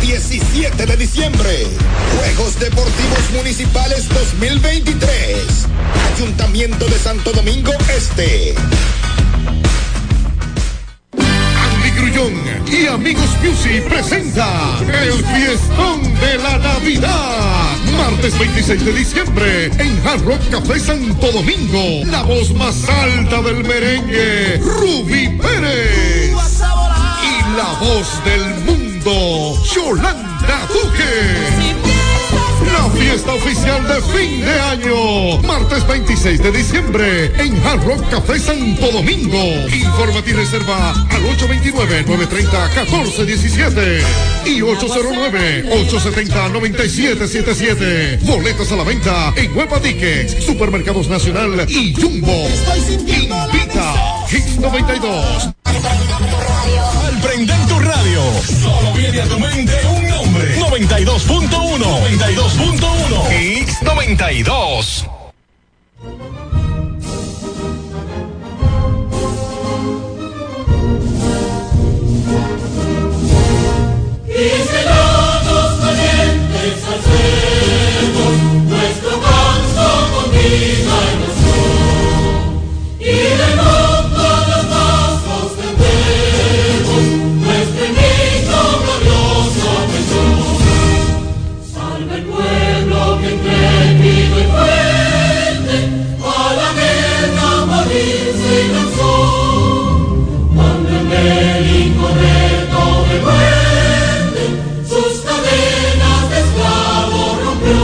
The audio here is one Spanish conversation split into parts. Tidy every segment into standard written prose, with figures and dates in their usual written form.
17 de diciembre. Juegos Deportivos Municipales 2023. Ayuntamiento de Santo Domingo Este. Andy Grullón y Amigos Music presenta el Fiestón de la Navidad. Martes 26 de diciembre en Hard Rock Café Santo Domingo. La voz más alta del merengue, Ruby Pérez. Y la voz del mundo, Yolanda Duque. La fiesta oficial de fin de año. Martes 26 de diciembre en Hard Rock Café Santo Domingo. Infórmate y reserva al 829-930-1417 y 809-870-9777. Boletos a la venta en Huepa Tickets, Supermercados Nacional y Jumbo. Invita Hits 92. Al prender tu radio, solo viene a tu mente un nombre. 92.1. 92.1. X92. Y celados valientes alcemos nuestro canto con viva emoción. Y de mundo los vastos tendremos nuestro himno glorioso a Jesús. Salve el pueblo que intrépido y fuerte a la guerra morirse lanzó. Cuando el bélico reto de muerte sus cadenas de esclavo rompió.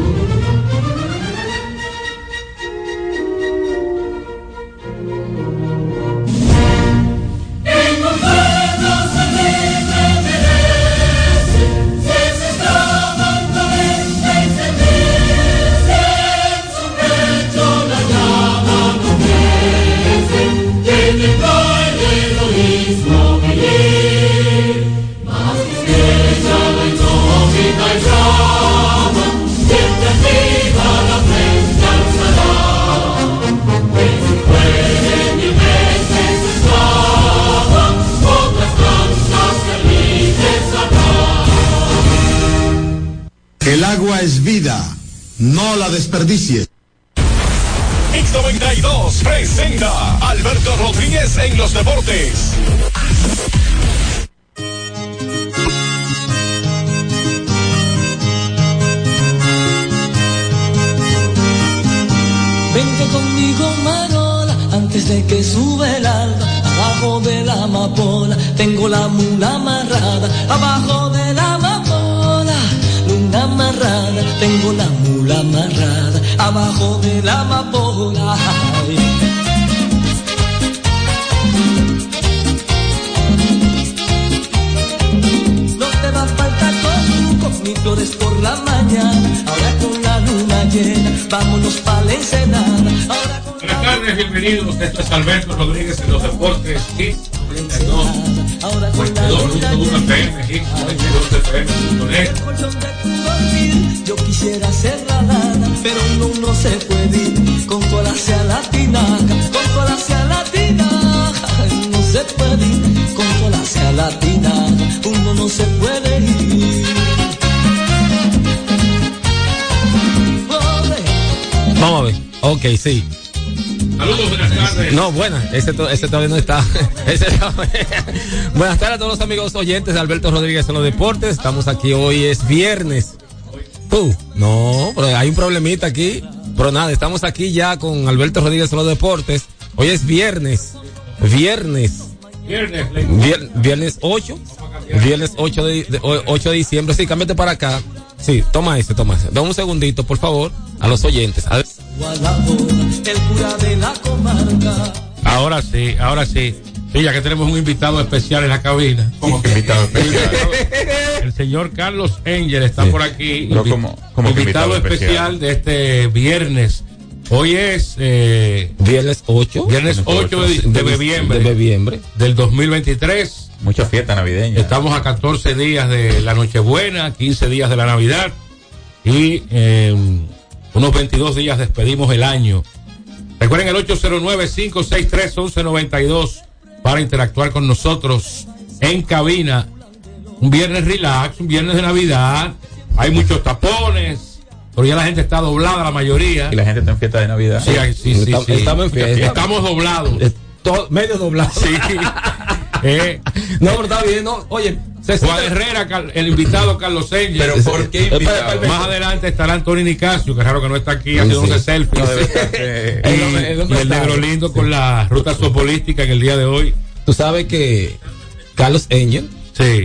En un pueblo se libre merece, si es esclava ante y se dice, en su pecho la llama no crece, tiene el heroísmo vivir, más izquierda la indómita y llama, siempre arriba la frente alzará, que si fuere mil veces esclava, otras tantas felices habrá. El agua es vida, no la desperdicies. X92 presenta Alberto Rodríguez en los deportes. Vente conmigo, Marola, antes de que sube el alba. Abajo de la amapola tengo la mula amarrada. Abajo de la amapola, luna amarrada, tengo la mula amarrada. Abajo de la amapola. Ay. No te va a faltar con mis flores por la mañana. Ahora con la luna llena, vámonos pa' la Ensenada. Buenas tardes, bienvenidos. Esto es Alberto Rodríguez en los deportes. Hits 32. 42.1 FM, Hits 92 FM.net. Yo quisiera ser ralada, pero no se puede ir. Con cola sea latina, con cola sea latina. No se puede ir, con cola sea latina. Uno no se puede ir. Vamos a ver. Ok, sí. Saludos, buenas tardes. No, buenas. Ese todavía no está. Buenas tardes a todos los amigos oyentes de Alberto Rodríguez en los deportes. Estamos aquí, hoy es viernes. No, pero hay un problemita aquí. Pero nada, estamos aquí ya con Alberto Rodríguez en los deportes. Hoy es viernes 8. Viernes 8 de diciembre. Sí, cámbiate para acá. Sí, toma ese. Dame un segundito, por favor, a los oyentes. A ver. Ahora sí. Sí, ya que tenemos un invitado especial en la cabina. ¿Cómo que invitado especial? El señor Carlos Engel está por aquí. Pero ¿cómo invitado especial de este viernes. Hoy es viernes 8. Viernes 8 de noviembre del 2023. Mucha fiesta navideña. Estamos a 14 días de la Nochebuena, 15 días de la Navidad y unos 22 días despedimos el año. Recuerden el 809-563-1192 para interactuar con nosotros en cabina un viernes relax, un viernes de Navidad. Hay muchos tapones, pero ya la gente está doblada, la mayoría. Y la gente está en fiesta de Navidad. Sí, sí. Estamos en fiesta. Estamos doblados. Medio doblado. Sí. No, pero está bien, no. Oye, Juan Herrera, el invitado Carlos Engel. Pero ¿por qué invitado? Más adelante estará Antonio Nicasio, que raro que no está aquí haciéndose selfie. Y el negro lindo con la ruta zoopolística en el día de hoy. Tú sabes que Carlos Engel sí.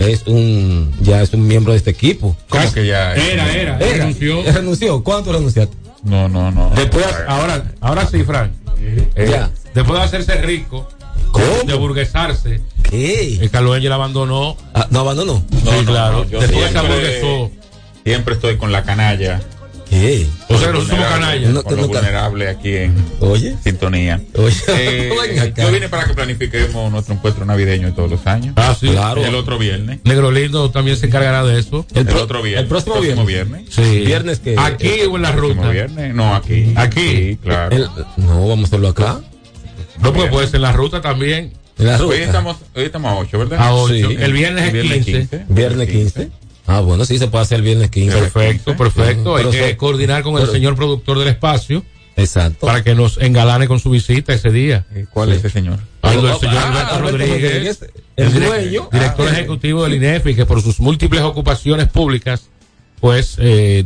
ya es un miembro de este equipo. ¿Cómo que ya? Era. Renunció. ¿Cuánto renunciaste? No. Después, ahora sí, Frank. Ya. Después de hacerse rico, ¿Cómo? de burguesarse, ¿Qué? el Carlos Engel abandonó. ¿No abandonó? Sí, claro. Yo Después se aburguesó. siempre estoy con la canalla. ¿Qué? O sea, nosotros somos canallas. Con lo vulnerable aquí en Oye. sintonía. Venga acá. Yo vine para que planifiquemos nuestro encuentro navideño de todos los años. Ah, sí. Claro. El otro viernes. Negro lindo también se encargará de eso. El otro viernes. El próximo viernes. Sí. Viernes que. Aquí o en la El próximo ruta. viernes. No, aquí. Aquí. Sí, claro. No, vamos a hacerlo acá. No, pues puede ser en la ruta también. En la Hoy ruta. estamos a 8, ¿verdad? A 8. Sí. El viernes es 15. Viernes 15. Ah, bueno, sí se puede hacer el viernes 15. Perfecto. Pero Hay que sí. coordinar con el señor productor del espacio Exacto. para que nos engalane con su visita ese día. ¿Cuál es ese señor? El señor Alberto Rodríguez, el dueño. director ejecutivo del INEFI, que por sus múltiples ocupaciones públicas, pues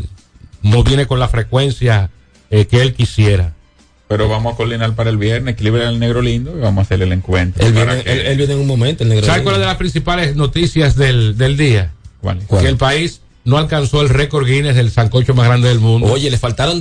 no viene con la frecuencia que él quisiera. Pero vamos a coordinar para el viernes, equilibrar al negro lindo y vamos a hacer el encuentro. Él viene en un momento, el negro. ¿Sabe cuál es de las principales noticias del día? ¿Cuál? Que el país no alcanzó el récord Guinness del sancocho más grande del mundo. Oye, le faltaron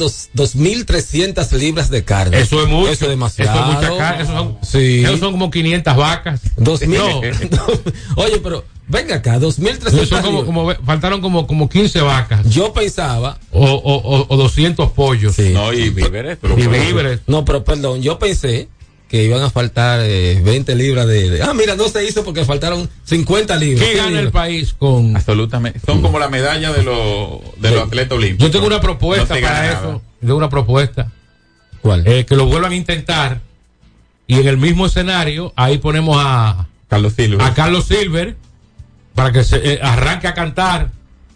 2.300 libras de carne. Eso es mucho. Eso es demasiado. Eso es mucha carne. Esos son como 500 vacas. 2.000. Oye, pero venga acá, 2.300. Faltaron como 15 vacas. Yo pensaba. O 200 pollos. Sí. No, y víveres. Víveres. No, pero perdón, yo pensé que iban a faltar 20 libras de. Mira, no se hizo porque faltaron 50 libras. ¿Qué gana el país con? Absolutamente. Son como la medalla de los atletas olímpicos. Yo tengo una propuesta para eso. Yo tengo una propuesta. ¿Cuál? Que lo vuelvan a intentar. Y en el mismo escenario, ahí ponemos a Carlos Silver para que se arranque a cantar.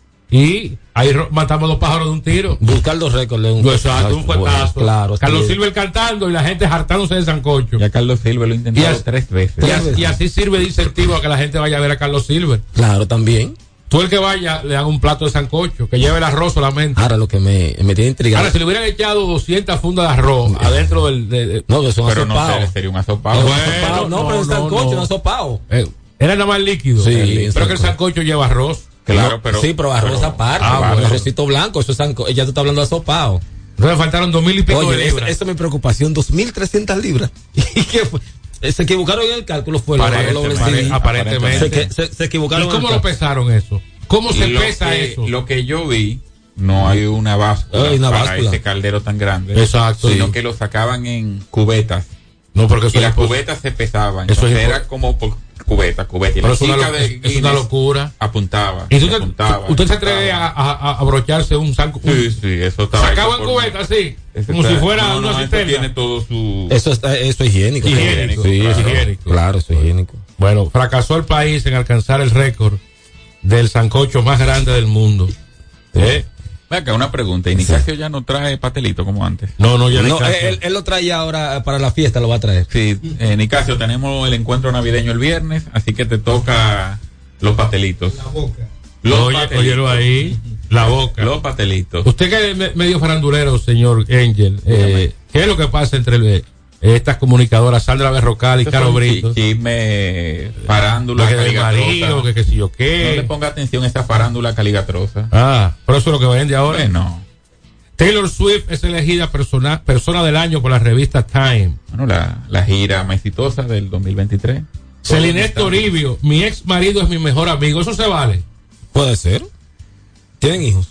Y ahí matamos 2 pájaros de un tiro. Buscar los récords de un fuetazo. Claro. Carlos Silver cantando y la gente hartándose de sancocho. Ya Carlos Silver lo ha intentado 3 veces. Y así sirve de incentivo a que la gente vaya a ver a Carlos Silver. Claro, también. Tú el que vaya, le dan un plato de sancocho, que lleve el arroz solamente. Ahora lo que me tiene intrigado. Ahora, si le hubieran echado 200 fundas de arroz adentro del... No, eso es un asopao. No sería un asopao. No, pero es sancocho, un asopao. Era nada más líquido. Sí, pero que el sancocho lleva arroz. Claro, Sí, pero arroz aparte. bueno. Arrocito blanco, eso es sancocho. Ya tú estás hablando de asopao. Entonces faltaron 2,000 y pico de libras. Esa es mi preocupación, 2.300 libras. ¿Y qué fue? Se equivocaron en el cálculo, fue aparentemente. Se equivocaron. ¿Y cómo lo pesaron eso? ¿Cómo se pesa eso? Lo que yo vi, no hay una báscula para ese caldero tan grande. Exacto. Sino que lo sacaban en cubetas. No, porque eso y las cubetas se pesaban. Eso era como por cubeta. Y pero es una locura. Apuntaba. ¿Y usted se atreve a abrocharse un saco? Sí, eso estaba. Sacaban cubeta así, como si fuera una cisterna. Tiene todo su. Eso es higiénico. Higiénico. Sí, claro. es higiénico. Claro, es higiénico. Bueno, fracasó el país en alcanzar el récord del sancocho más grande del mundo. Venga, una pregunta. ¿Y Nicasio ya no trae pastelito como antes? No, ya no. Él lo trae ahora para la fiesta, lo va a traer. Sí, Nicasio, tenemos el encuentro navideño el viernes, así que te toca los pastelitos. La boca. Óyelo ahí, la boca. Los pastelitos. Usted que es medio farandulero, señor Engel, ¿qué es lo que pasa entre estas comunicadoras, Sandra Berrocal y Caro Brito? Chisme, farándula, caligatrosa. Que si yo qué. No le ponga atención a esa farándula caligatrosa. Pero eso es lo que vende ahora. No. Taylor Swift es elegida persona del año por la revista Time. Bueno, la gira más exitosa del 2023. Celine Toribio, mi ex marido es mi mejor amigo. ¿Eso se vale? Puede ser. ¿Tienen hijos?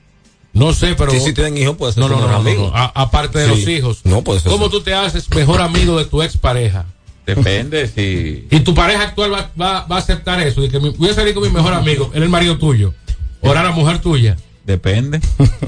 No sé, pero... Si tienen hijos, puede ser mejor amigo. Aparte de los hijos. No puede ser. ¿Cómo tú te haces mejor amigo de tu expareja? Depende si... ¿Y tu pareja actual va a aceptar eso? De que voy a salir con mi mejor amigo, él es el marido tuyo. ¿O era la mujer tuya? Depende.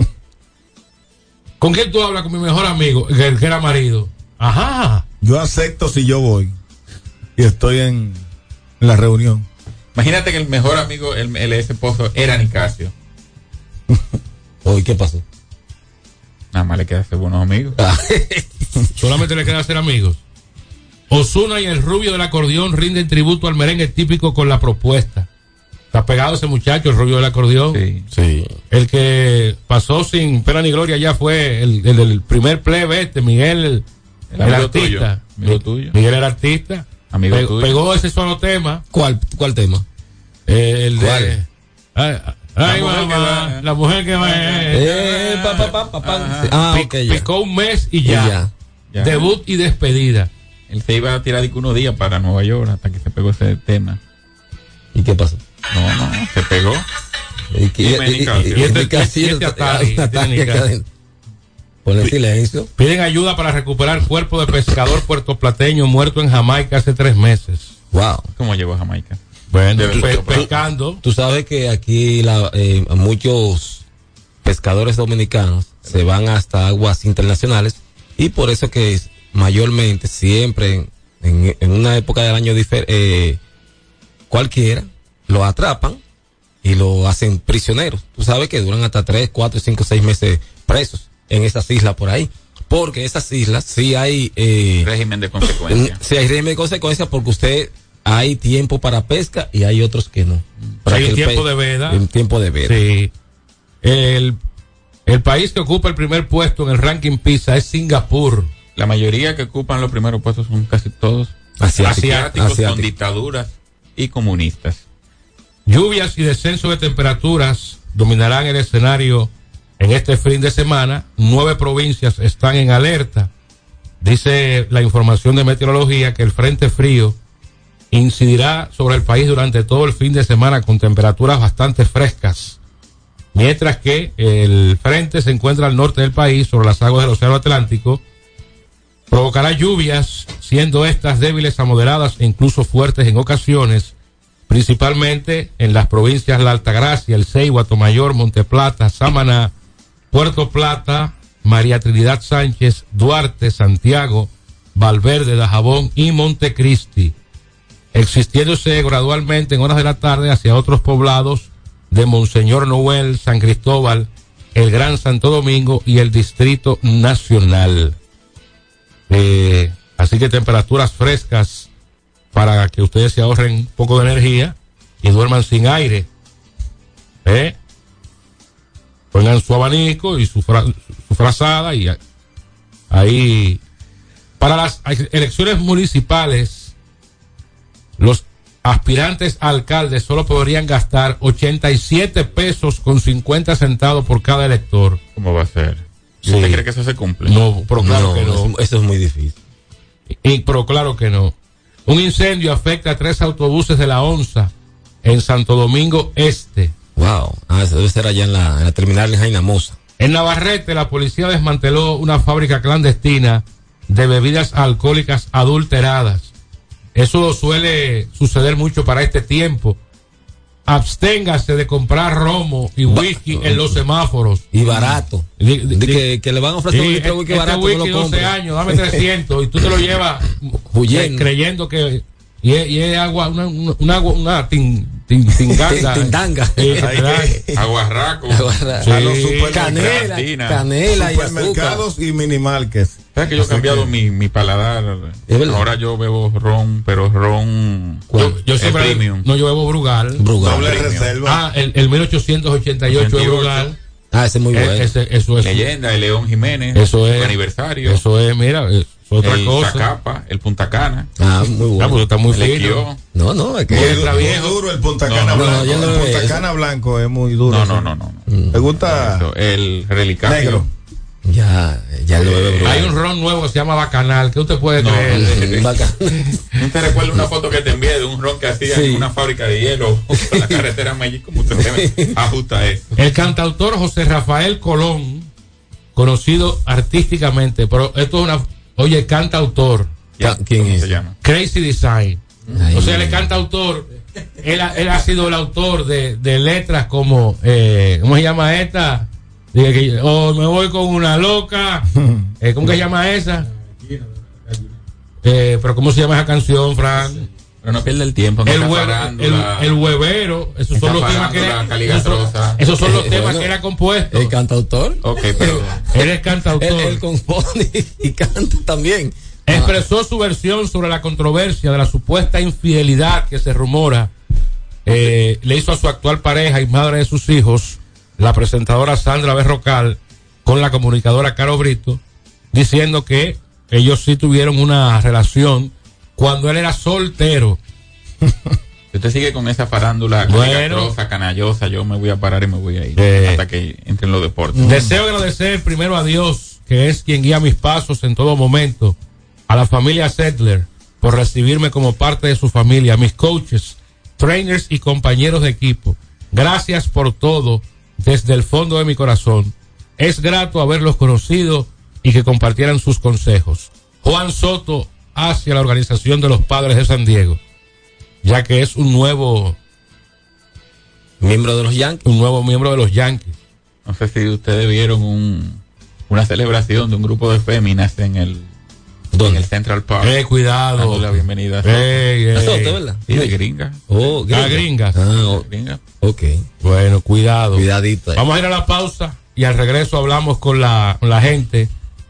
¿Con quién tú hablas con mi mejor amigo? El que era marido. Ajá. Yo acepto si yo voy y estoy en la reunión. Imagínate que el mejor amigo, el esposo, era Nicasio. Hoy, ¿qué pasó? Nada más le queda ser buenos amigos. Solamente le queda ser amigos. Ozuna y el rubio del acordeón rinden tributo al merengue típico con la propuesta. Está pegado ese muchacho, el rubio del acordeón. Sí. El que pasó sin pena ni gloria ya fue el primer plebe Miguel, el artista. Amigo tuyo. Miguel era artista. Amigo tuyo. Pegó ese solo tema. ¿Cuál tema? El ¿Cuál? Ay, mamá, la mujer que va. Picó un mes y ya. Debut y despedida. Él se iba a tirar unos días para Nueva York hasta que se pegó ese tema. ¿Y qué pasó? No, se pegó. Ponle silencio. Piden ayuda para recuperar cuerpo de pescador puertoplateño muerto en Jamaica hace 3 meses. Wow. ¿Cómo llegó a Jamaica? Bueno, pescando. Tú sabes que aquí muchos pescadores dominicanos se van hasta aguas internacionales y por eso que mayormente siempre en una época del año cualquiera lo atrapan y lo hacen prisioneros. Tú sabes que duran hasta 3, 4, 5, 6 meses presos en esas islas por ahí. Porque en esas islas sí hay régimen de consecuencia. Sí hay régimen de consecuencia porque hay tiempo para pesca y hay otros que no. Hay un tiempo de veda. Un tiempo de veda. Sí. El país que ocupa el primer puesto en el ranking PISA es Singapur. La mayoría que ocupan los primeros puestos son casi todos asiáticos. Con dictaduras y comunistas. Lluvias y descenso de temperaturas dominarán el escenario en este fin de semana. 9 provincias están en alerta. Dice la información de meteorología que el frente frío incidirá sobre el país durante todo el fin de semana con temperaturas bastante frescas, mientras que el frente se encuentra al norte del país sobre las aguas del Océano Atlántico. Provocará lluvias, siendo estas débiles a moderadas e incluso fuertes en ocasiones, principalmente en las provincias La Altagracia, El Ceibo, Atomayor, Monteplata, Samaná, Puerto Plata, María Trinidad Sánchez, Duarte, Santiago, Valverde, Dajabón y Montecristi, existiéndose gradualmente en horas de la tarde hacia otros poblados de Monseñor Noel, San Cristóbal, el Gran Santo Domingo y el Distrito Nacional. Así que temperaturas frescas para que ustedes se ahorren un poco de energía y duerman sin aire. Pongan su abanico y su frazada y ahí. Para las elecciones municipales, los aspirantes a alcaldes solo podrían gastar 87 pesos con 50 centavos por cada elector. ¿Cómo va a ser? Sí. ¿Usted cree que eso se cumple? No, pero claro que no. Eso es muy difícil. Pero claro que no. Un incendio afecta a 3 autobuses de la ONSA en Santo Domingo Este. Wow. Eso debe ser allá en la terminal de Jaina Mosa. En Navarrete, la policía desmanteló una fábrica clandestina de bebidas alcohólicas adulteradas. Eso suele suceder mucho para este tiempo. Absténgase de comprar romo y whisky en los semáforos. Y barato. Que le van a ofrecer un litro de whisky barato. Whisky, no lo 12 años, dame 300 y tú te lo llevas creyendo que y es agua, una tindanga. Aguarraco. Sí. A los canela supermercados y minimarkets. ¿Sabes que yo he cambiado mi paladar? Ahora yo bebo ron, pero ron. Yo siempre premium. No, yo bebo Brugal. Doble reserva. El 1888 es Brugal. Ese es muy bueno. Eso es Leyenda, el León Jiménez. Eso es aniversario. Eso es, mira, es otra cosa. Zacapa, el Punta Cana. Muy bueno. Pues está muy fino. No, es que muy duro el Punta Cana blanco. El Punta Cana blanco es muy duro. No. ¿Te gusta? Eso, el relicario. Negro. Ya lo bebe Brugal. Hay un ron nuevo que se llama Bacanal. ¿Qué usted puede creer? ¿No te recuerda una foto que te envié de un ron que hacía en una fábrica de hielo en la carretera Medellín? ¿Cómo usted se ajusta eso? El cantautor José Rafael Colón, conocido artísticamente, pero esto es el cantautor. ¿Quién es? Se llama? Crazy Design. O sea, el cantautor, él ha sido el autor de letras como, ¿cómo se llama esta? Me voy con una loca. ¿Cómo que se llama esa? Pero ¿cómo se llama esa canción, Fran? Pero no pierde el tiempo. El huevero, esos son los temas que esos son los temas que era compuesto. El cantautor. Ok, pero él es cantautor. Él compone y canta también. Expresó su versión sobre la controversia de la supuesta infidelidad que se rumora le hizo a su actual pareja y madre de sus hijos, la presentadora Sandra Berrocal, con la comunicadora Caro Brito, diciendo que ellos sí tuvieron una relación cuando él era soltero. Si usted sigue con esa farándula canallosa, yo me voy a parar y me voy a ir hasta que entren los deportes. Deseo agradecer primero a Dios, que es quien guía mis pasos en todo momento, a la familia Settler por recibirme como parte de su familia, a mis coaches, trainers y compañeros de equipo. Gracias por todo desde el fondo de mi corazón. Es grato haberlos conocido y que compartieran sus consejos. Juan Soto hacia la organización de los Padres de San Diego, ya que es un nuevo miembro de los Yankees. Un nuevo miembro de los Yankees. No sé si ustedes vieron una celebración de un grupo de féminas en el Central Park. Cuidado. Dando la bienvenida. Soto, ¿verdad? Y de gringa. Oh, gringa. Gringa. Ok. Bueno, cuidado. Cuidadito. Vamos a ir a la pausa y al regreso hablamos con la gente.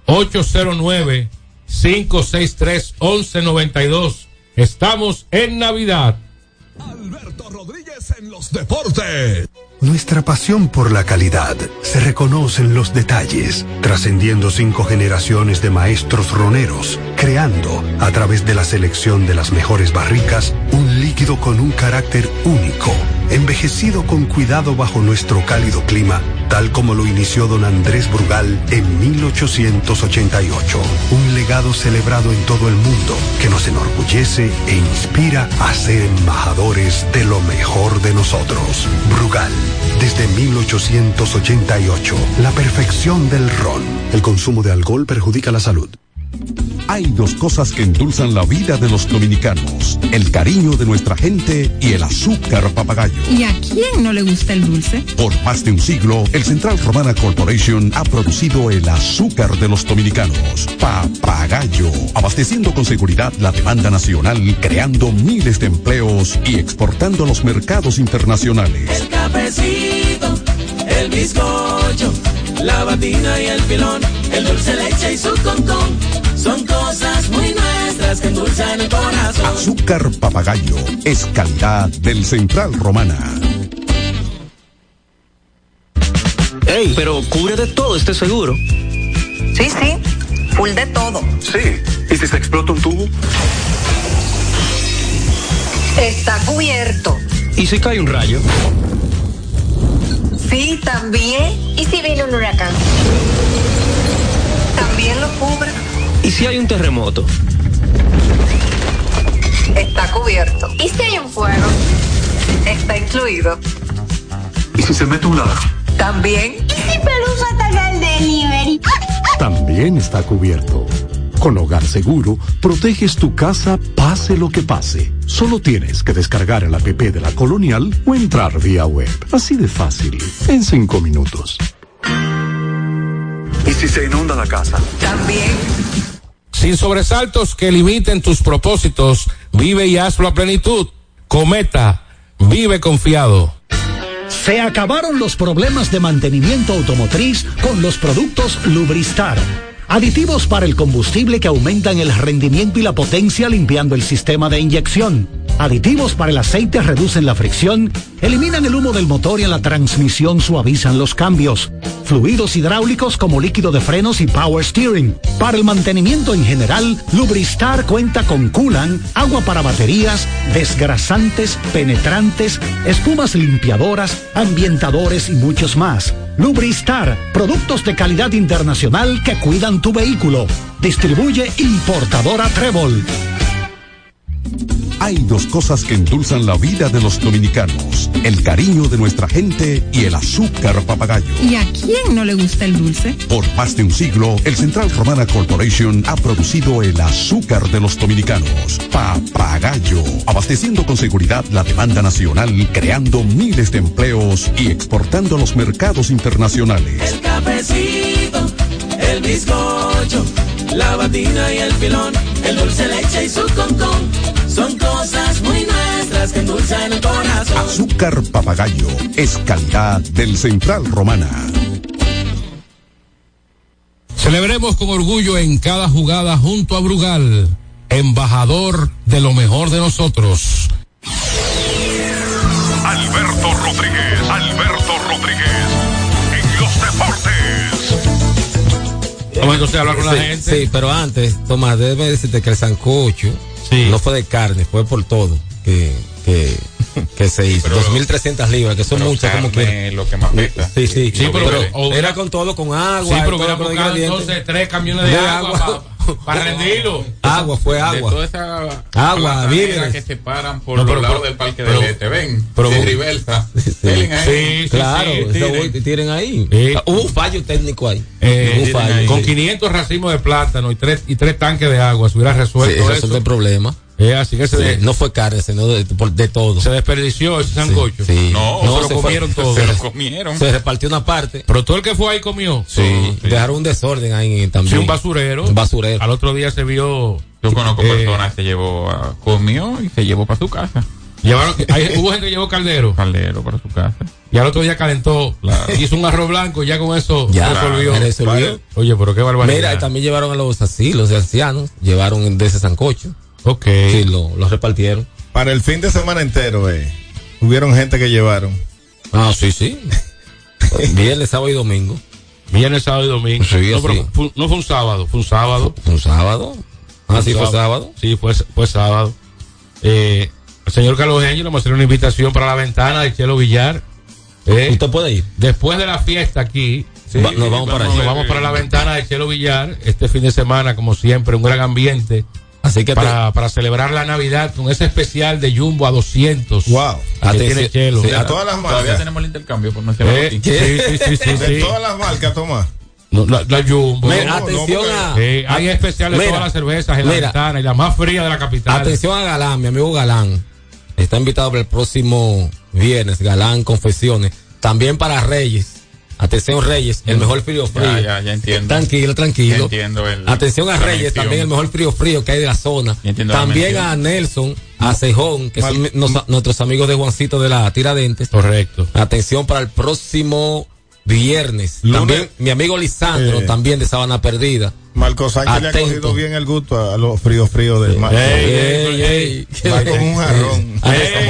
809-563-1192. Estamos en Navidad. Alberto Rodríguez en los deportes. Nuestra pasión por la calidad se reconoce en los detalles, trascendiendo 5 generaciones de maestros roneros, creando, a través de la selección de las mejores barricas, un líquido con un carácter único, envejecido con cuidado bajo nuestro cálido clima, tal como lo inició don Andrés Brugal en 1888. Un legado celebrado en todo el mundo que nos enorgullece e inspira a ser embajadores de lo mejor de nosotros. Brugal, desde 1888, la perfección del ron. El consumo de alcohol perjudica la salud. Hay 2 cosas que endulzan la vida de los dominicanos: el cariño de nuestra gente y el azúcar papagayo. ¿Y a quién no le gusta el dulce? Por más de un siglo, el Central Romana Corporation ha producido el azúcar de los dominicanos, Papagayo, abasteciendo con seguridad la demanda nacional, creando miles de empleos y exportando a los mercados internacionales. El cafecito, el bizcocho, la batina y el pilón, el dulce leche y su concón, son cosas muy nuestras que endulzan el corazón. Azúcar Papagayo es calidad del Central Romana. Ey, pero cubre de todo este seguro. Sí, full de todo. Sí, ¿y si se explota un tubo? Está cubierto. ¿Y si cae un rayo? Sí, también. ¿Y si viene un huracán? También lo cubre. ¿Y si hay un terremoto? Está cubierto. ¿Y si hay un fuego? Está incluido. ¿Y si se mete un ladrón? También. ¿Y si Pelusa ataca el delivery? También está cubierto. Con Hogar Seguro, proteges tu casa pase lo que pase. Solo tienes que descargar el app de la Colonial o entrar vía web. Así de fácil, en 5 minutos. ¿Y si se inunda la casa? También. Sin sobresaltos que limiten tus propósitos, vive y hazlo a plenitud. Cometa, vive confiado. Se acabaron los problemas de mantenimiento automotriz con los productos Lubristar. Aditivos para el combustible que aumentan el rendimiento y la potencia limpiando el sistema de inyección. Aditivos para el aceite reducen la fricción, eliminan el humo del motor y en la transmisión suavizan los cambios. Fluidos hidráulicos como líquido de frenos y power steering. Para el mantenimiento en general, Lubristar cuenta con coolant, agua para baterías, desgrasantes, penetrantes, espumas limpiadoras, ambientadores y muchos más. Lubristar, productos de calidad internacional que cuidan tu vehículo. Distribuye importadora Trébol. Hay 2 cosas que endulzan la vida de los dominicanos: el cariño de nuestra gente y el azúcar papagayo. ¿Y a quién no le gusta el dulce? Por más de un siglo, el Central Romana Corporation ha producido el azúcar de los dominicanos, Papagayo, abasteciendo con seguridad la demanda nacional, creando miles de empleos y exportando a los mercados internacionales. El cafecito, el bizcocho, la batina y el pilón, el dulce leche y su concón, Son cosas muy nuestras que endulzan el corazón. Azúcar Papagayo es calidad del Central Romana. Celebremos con orgullo en cada jugada junto a Brugal, embajador de lo mejor de nosotros. Alberto Rodríguez en los deportes. Vamos entonces a hablar con la gente. Sí, pero antes, Tomás, déjame decirte que el sancocho no fue de carne, fue por todo que se hizo. 2.300 libras, que son muchas como que lo que más pesa. Sí, pero era con todo, con agua. Sí, pero hubiera buscado entonces 3 camiones de agua para rendirlo. Agua, fue agua. De toda esa agua, víveres que se paran por los lados del parque de Este. Ven, de Rivelta. Sí, claro, tiren ahí. Hubo un fallo técnico ahí. Con 500 racimos de plátano y tres tanques de agua se hubiera resuelto eso. El problema. Así que no fue carne, sino de todo. Se desperdició ese sancocho. Sí. No, se lo comieron todo. Se lo comieron. Se repartió una parte. Pero todo el que fue ahí comió. Sí. Dejaron un desorden ahí también. Sí, un basurero. Al otro día se vio. Yo conozco personas que comió y se llevó para su casa. Hubo gente que llevó caldero para su casa. Y al otro día calentó. Claro. Hizo un arroz blanco, ya con eso resolvió. Oye, pero qué barbaridad. Mira, también llevaron a los asilos de ancianos, llevaron de ese sancocho. Ok. Sí, lo repartieron. Para el fin de semana entero, hubieron gente que llevaron. Ah, sí. Viernes, sábado y domingo. Viernes, sábado y domingo. Sí, no fue un sábado, fue un sábado. ¿Fue un sábado? Sí, fue sábado. Sí, fue sábado. El señor Carlos Genio le vamos a hacer una invitación para la ventana de Chelo Villar. ¿Usted puede ir? Después de la fiesta aquí. Sí, nos vamos para allá. Nos vamos para la ventana de Chelo Villar. Este fin de semana, como siempre, un gran ambiente. Así que para celebrar la Navidad con ese especial de Jumbo a 200. Wow. Que tiene Chelo. Sí, a todas las marcas. Todavía tenemos el intercambio por nuestra sí. De todas las marcas, Tomás. No, la Jumbo. Atención hay especiales de todas las cervezas en la ventana y la más fría de la capital. Atención a Galán, mi amigo Galán. Está invitado para el próximo viernes, Galán Confesiones. También para Reyes. Atención Reyes, el mejor frío. Ya entiendo. Tranquilo. Ya entiendo atención a Reyes, también el mejor frío que hay de la zona. También a Nelson, a Cejón, que son nuestros amigos de Juancito de la Tiradentes. Correcto. Atención para el próximo viernes. También mi amigo Lisandro, también de Sabana Perdida. Marco Sánchez le ha cogido bien el gusto a los fríos del mar. Va con un jarrón.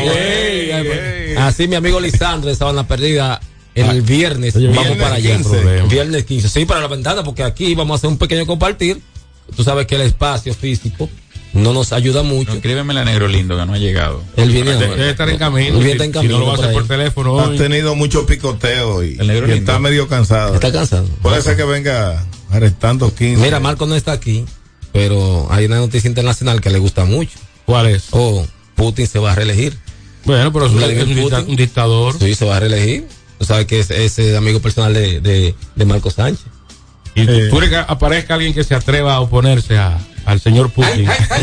Así mi amigo Lisandro de Sabana Perdida. El viernes vamos para allá. Viernes 15. Sí, para la ventana, porque aquí vamos a hacer un pequeño compartir. Tú sabes que el espacio físico no nos ayuda mucho. Escríbeme la Negro Lindo, que no ha llegado. Él viene debe estar en camino. Si no lo va a hacer por teléfono. Ha tenido mucho picoteo y Lindo está medio cansado. Está cansado. Puede ser que venga arrestando 15. Mira, Marco no está aquí, pero hay una noticia internacional que le gusta mucho. ¿Cuál es? Putin se va a reelegir. Bueno, pero es un dictador. Sí, se va a reelegir. Tú sabes que es amigo personal de Marco Sánchez. Y tú quieres que aparezca alguien que se atreva a oponerse al señor Putin.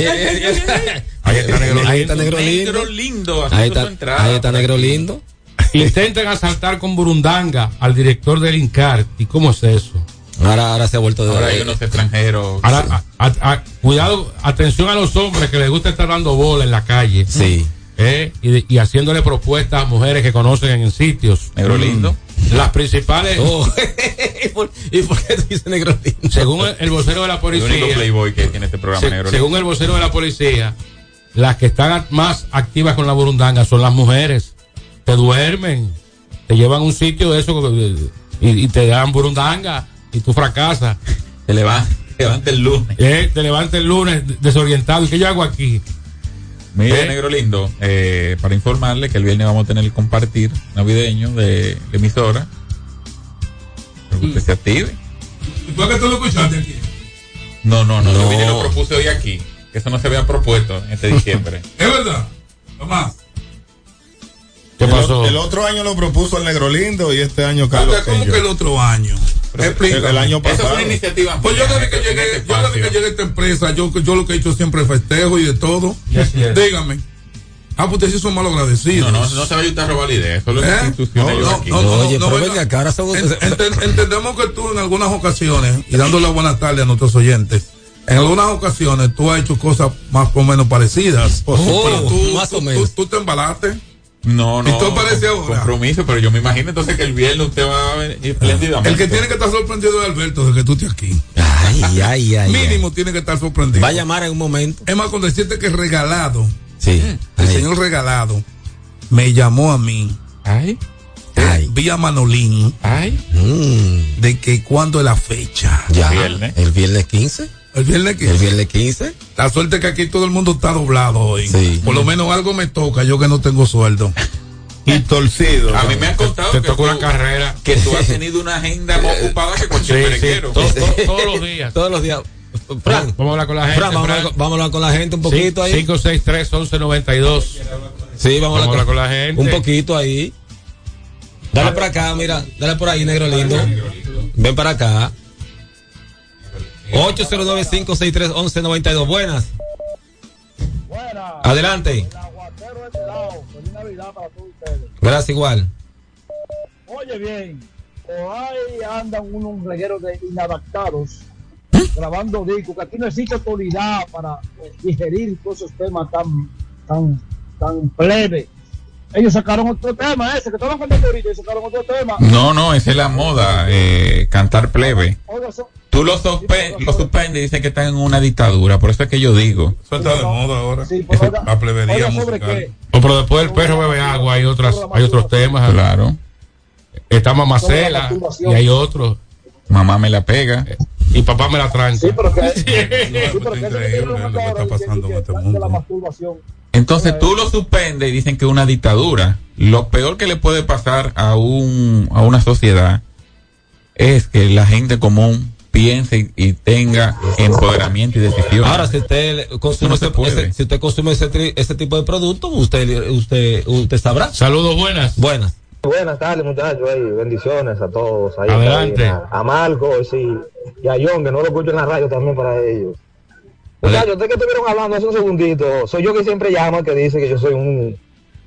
Ahí está Negro Lindo. Ahí está Negro Lindo. Intentan asaltar con burundanga al director del INCAR. ¿Y cómo es eso? Ahora se ha vuelto Ahora hay unos extranjeros. Cuidado, atención a los hombres que les gusta estar dando bola en la calle. Sí. Y haciéndole propuestas a mujeres que conocen en sitios. Negro Lindo. Las principales. ¿Y por qué tú dices Negro Lindo? Según el vocero de la policía. El único playboy que tiene este programa, Negro Lindo. Según el vocero de la policía, las que están más activas con la burundanga son las mujeres. Te duermen, te llevan a un sitio de eso y te dan burundanga y tú fracasas. Te levanta el lunes. Te levanta el lunes desorientado. ¿Y qué yo hago aquí? Mira, Negro Lindo, para informarle que el viernes vamos a tener el compartir navideño de emisora. Para que usted se active. ¿Y por qué tú lo escuchaste aquí? No. Yo vine y lo propuse hoy aquí. Que eso no se había propuesto en este diciembre. ¿Es verdad? Tomás. ¿Qué pasó? El otro año lo propuso el Negro Lindo y este año Carlos. ¿Cómo que el otro año? El año pasado. Esa fue una iniciativa. Pues yo desde que llegué a esta empresa, yo lo que he hecho siempre es festejo y de todo. Dígame. Pues ustedes sí son mal agradecidos. No se va a ayudar a robar la idea. Eso es lo que Oye, pero venga, acá ahora entendemos que tú en algunas ocasiones, y dándole buenas tardes a nuestros oyentes, En algunas ocasiones tú has hecho cosas más o menos parecidas. Pero tú te embalaste. No. Y tú apareces ahora. Compromiso, pero yo me imagino entonces que el viernes usted va a venir espléndidamente. El que tiene que estar sorprendido es Alberto de que tú estés aquí. Ay. Mínimo tiene que estar sorprendido. Va a llamar en un momento. Es más, con decirte que Regalado. Sí. El señor Regalado me llamó a mí. Vía Manolín. De que cuándo es la fecha. Ya. El viernes 15. El viernes 15. La suerte es que aquí todo el mundo está doblado hoy. Sí. Por lo menos algo me toca, yo que no tengo sueldo. Y torcido. A mí me han contado te toca una carrera. Que tú has tenido una agenda más ocupada que cualquier merenguero. Todos los días. Todos los días. Fran, vamos a hablar con la gente. Vamos a hablar con la gente un poquito ahí. 563-1192. Sí, vamos a hablar con la gente. Un poquito ahí. Dale por acá, mira. Dale por ahí, negro lindo. Ven para acá. 809-563-1192. Buenas. Adelante. Gracias, igual. Oye bien, por ahí andan unos regueros de inadaptados grabando discos, que aquí no existe autoridad para digerir todos esos temas tan plebe. Ellos sacaron otro tema, ese que estaban cantando ahorita, y sacaron otro tema. No, esa es la moda, cantar plebe. Tú lo suspendes y dicen que están en una dictadura, por eso es que yo digo. Eso está de moda ahora. Sí, la plebería musical. Pero después del perro bebe agua, hay otros temas. Claro. Está Mamacela y hay otros. Mamá me la pega. Y papá me la tranca. Sí, pero que es increíble lo que está pasando en este mundo. Entonces tú lo suspendes y dicen que es una dictadura. Lo peor que le puede pasar a una sociedad es que la gente común piense y tenga empoderamiento y decisión. Ahora, si usted consume ese tipo de productos, usted sabrá. Saludos, buenas. Buenas tardes, muchachos. Bendiciones a todos. Ahí adelante. A Marcos y a John, que no lo escucho en la radio también para ellos. Muchachos, ustedes que estuvieron hablando hace un segundito, soy yo que siempre llamo, que dice que yo soy un...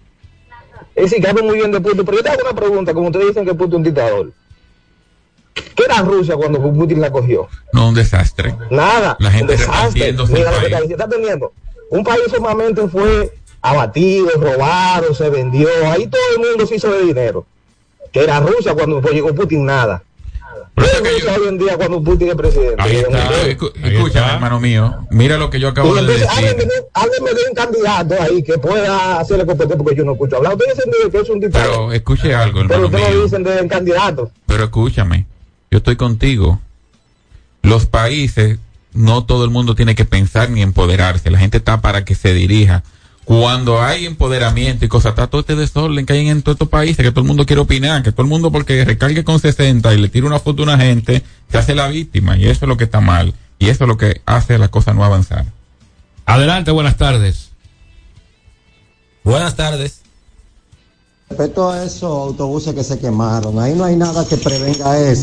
Es decir, que hablo muy bien de Putin, pero yo te hago una pregunta, como ustedes dicen que Putin es un dictador. ¿Qué era Rusia cuando Putin la cogió? No, un desastre. Nada. La gente repartiéndose. Mira lo que está teniendo. Un país sumamente fue abatido, robado, se vendió. Ahí todo el mundo se hizo de dinero. Que era Rusia cuando llegó Putin, nada. Rusia hoy en día cuando Putin es presidente. Ahí está. Escúchame, hermano mío. Mira lo que yo acabo de decir. Háblenme de un candidato ahí que pueda hacerle competencia, porque yo no escucho hablar. Ustedes dicen que es un dictador. Pero escuche algo, hermano mío. Pero ustedes dicen de candidato. Pero escúchame. Yo estoy contigo. Los países, no todo el mundo tiene que pensar ni empoderarse. La gente está para que se dirija. Cuando hay empoderamiento y cosas, está todo este desorden que hay en todos estos países, que todo el mundo quiere opinar, que todo el mundo porque recargue con 60 y le tira una foto a una gente, se hace la víctima, y eso es lo que está mal. Y eso es lo que hace la cosa no avanzar. Adelante, buenas tardes. Buenas tardes. Respecto a esos autobuses que se quemaron, ahí no hay nada que prevenga eso,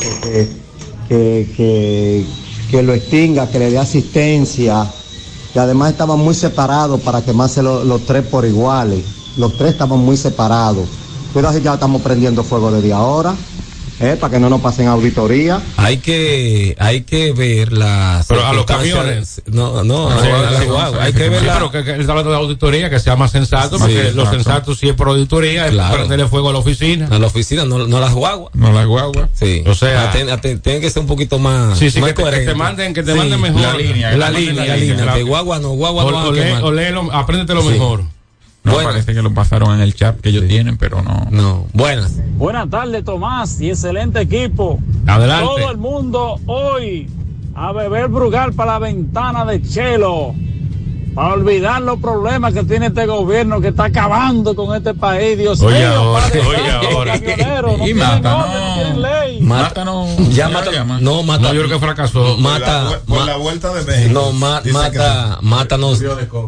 que lo extinga, que le dé asistencia, que además estaban muy separados para quemarse los tres por iguales. Los tres estaban muy separados. Pero así ya estamos prendiendo fuego desde ahora, para que no nos pasen auditoría. Hay que ver las... Pero a los camiones. No, hay que ver pero que él está hablando de auditoría, que sea más sensato, porque lo sensato si es por auditoría, es prenderle fuego a la oficina. A la oficina, no las guaguas. No las guaguas. Sí. O sea, tiene que ser un poquito más, más coherente. Que te manden mejor. La línea. Que guagua no apréndetelo mejor. No, parece que lo pasaron en el chat que ellos tienen, pero no. No. Buenas tardes, Tomás, y excelente equipo. Adelante. Todo el mundo hoy a beber Brugal para la ventana de Chelo, para olvidar los problemas que tiene este gobierno que está acabando con este país. Dios mío, ahora. Y Mátanos. No, yo creo que fracasó. Por la vuelta de México. No, mátanos.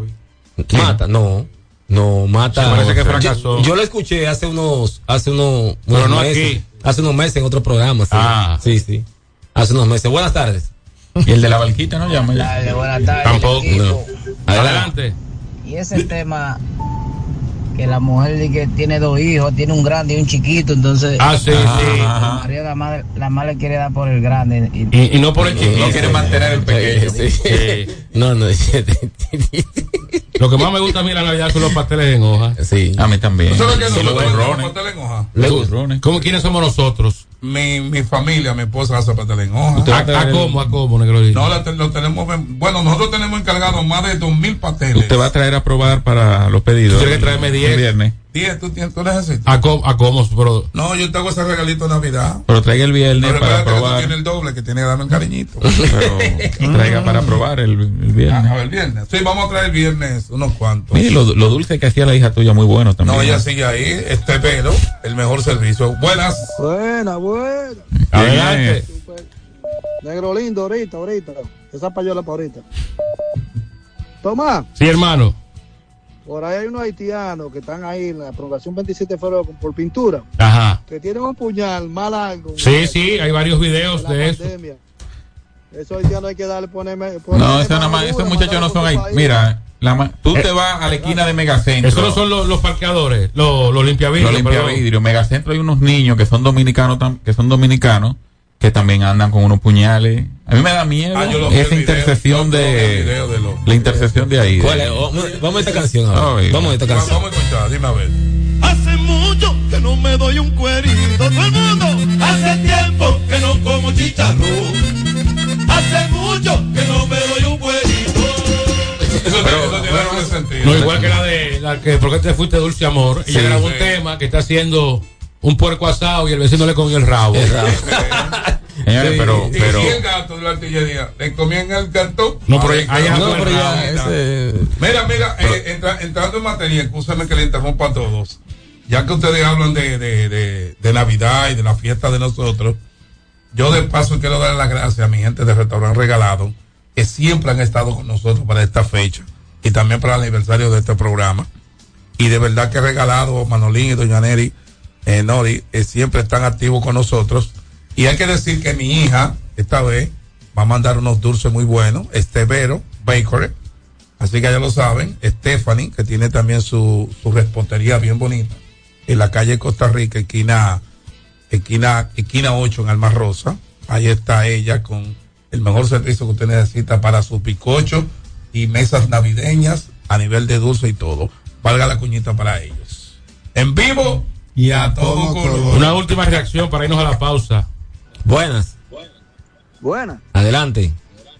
No, mata. Sí, parece que fracasó. Yo lo escuché hace unos pero no meses. Aquí. Hace unos meses en otro programa. Sí. Sí. Hace unos meses. Buenas tardes. Y el de la barquita no llama ya. Buenas tardes. Tampoco. No. Adelante. Y ese tema que la mujer que tiene 2 hijos, tiene un grande y un chiquito, entonces sí. María, la madre le quiere dar por el grande y no por el chiquito. No quiere mantener el pequeño. No. Lo que más me gusta a mí en la Navidad son los pasteles en hoja. Sí. A mí también. ¿Tú sabes qué? Son los pasteles en hoja. ¿Cómo quiénes somos nosotros? Mi familia, mi esposa hace pasteles en hoja. ¿A cómo, Negrolito? No, lo tenemos. Bueno, nosotros tenemos encargado más de 2,000 pasteles. Usted va a traer a probar para los pedidos. Tiene que traerme 10. Viernes. 10, tú necesitas. ¿A cómo? Pero... No, yo te hago ese regalito de Navidad. Pero traiga el viernes para probar. Que tiene el doble, que tiene que darme un cariñito. Pero traiga para probar el viernes. El viernes. Sí, vamos a traer el viernes unos cuantos. Mire, lo dulce que hacía la hija tuya, muy bueno también. No, ella sigue ahí. Pero el mejor servicio. Buenas. Buena. Adelante. Negro lindo, ahorita. Esa payola para ahorita. Tomás. Sí, hermano. Por ahí hay unos haitianos que están ahí en la prolongación 27 de febrero por pintura. Ajá. Que tienen un puñal más largo. Sí, hay varios videos de eso. Esos haitianos hay que darle, ponerme no, esos muchachos no son ahí. Mira, tú te vas a la esquina de Megacentro. Esos no son los parqueadores, los limpiavidrios. Los limpiavidrios. Megacentro hay unos niños que son dominicanos, que también andan con unos puñales. A mí me da miedo esa intersección la intersección de ahí. ¿Cuál es? Vamos a esta canción ahora. Vamos a escuchar, dime a ver. Hace mucho que no me doy un cuerito. Todo el mundo. Hace tiempo que no como chicharrón. Hace mucho que no me doy un cuerito. Eso tiene sentido. No, igual que la que ¿por qué te fuiste, Dulce Amor? Ella grabó un tema que está haciendo un puerco asado y el vecino le comió el rabo. Señores, pero y el gato de la artillería le comían el cartón. Mira, entrando en materia, escúchame que le interrumpa a todos, ya que ustedes hablan de Navidad y de la fiesta de nosotros. Yo de paso quiero dar las gracias a mi gente de Restaurante Regalado, que siempre han estado con nosotros para esta fecha y también para el aniversario de este programa. Y de verdad que Regalado, Manolín y Doña Neri Nori siempre están activos con nosotros. Y hay que decir que mi hija esta vez va a mandar unos dulces muy buenos, Estevero Bakery, así que ya lo saben. Stephanie, que tiene también su repostería bien bonita en la calle Costa Rica, esquina 8 en Alma Rosa. Ahí está ella con el mejor servicio que usted necesita para su picocho y mesas navideñas a nivel de dulce y todo. Valga la cuñita para ellos. En vivo y a todo color. Una última reacción para irnos a la pausa. Buenas. Adelante.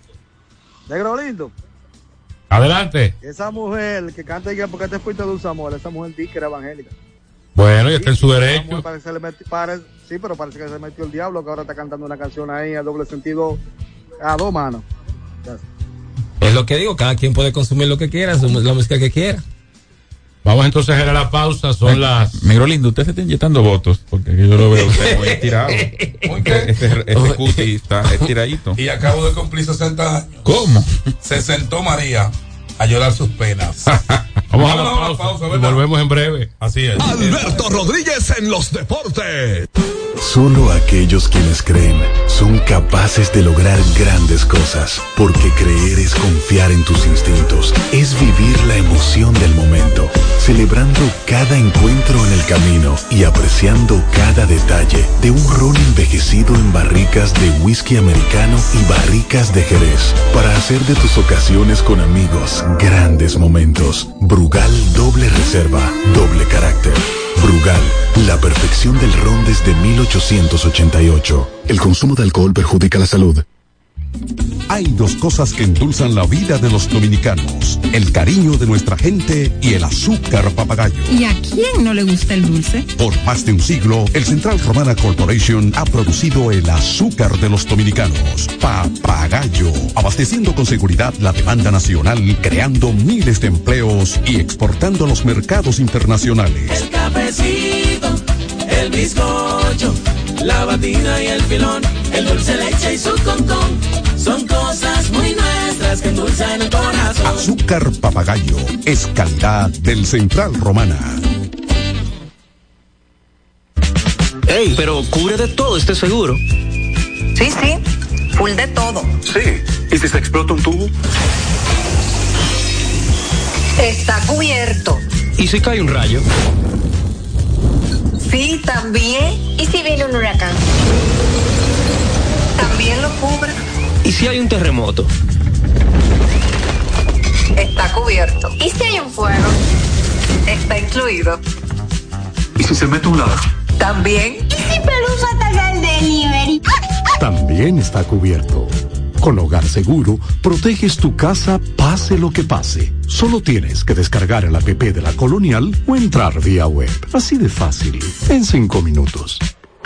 Negro lindo. Adelante. Esa mujer que canta ya porque te fuiste Dulce Amor, esa mujer di que era evangélica. Bueno, y está en su derecho. Sí, pero parece que se metió el diablo, que ahora está cantando una canción ahí a doble sentido, a 2 manos. Es lo que digo, cada quien puede consumir lo que quiera, la música que quiera. Vamos entonces a ir a la pausa, son las... Negro lindo, usted se está inyectando votos, porque yo lo veo usted muy estirado. Ese cuti está estiradito. Y acabo de cumplir 60 años. ¿Cómo? Se sentó María a llorar sus penas. Vamos a la pausa, volvemos en breve. Así es. Alberto Rodríguez en los deportes. Solo aquellos quienes creen son capaces de lograr grandes cosas, porque creer es confiar en tus instintos, es vivir la emoción del momento, celebrando cada encuentro en el camino y apreciando cada detalle de un ron envejecido en barricas de whisky americano y barricas de Jerez, para hacer de tus ocasiones con amigos grandes momentos. Brugal doble reserva, doble carácter. Brugal, la perfección del ron desde 1888. El consumo de alcohol perjudica la salud. Hay 2 cosas que endulzan la vida de los dominicanos: el cariño de nuestra gente y el azúcar papagayo. ¿Y a quién no le gusta el dulce? Por más de un siglo, el Central Romana Corporation ha producido el azúcar de los dominicanos, Papagayo, abasteciendo con seguridad la demanda nacional, creando miles de empleos y exportando a los mercados internacionales. El cafecito, el bizcocho, la batida y el filón, el dulce leche y su concón, son cosas muy nuestras que endulzan el corazón. Azúcar Papagayo es calidad del Central Romana. Ey, pero cubre de todo este seguro. Sí, full de todo. Sí, ¿y si se explota un tubo? Está cubierto. ¿Y si cae un rayo? Sí, también. ¿Y si viene un huracán? También lo cubre. ¿Y si hay un terremoto? Está cubierto. ¿Y si hay un fuego? Está incluido. ¿Y si se mete un ladrón? También. ¿Y si Pelusa ataca el delivery? También está cubierto. Con Hogar Seguro, proteges tu casa pase lo que pase. Solo tienes que descargar el app de la Colonial o entrar vía web. Así de fácil, en 5 minutos.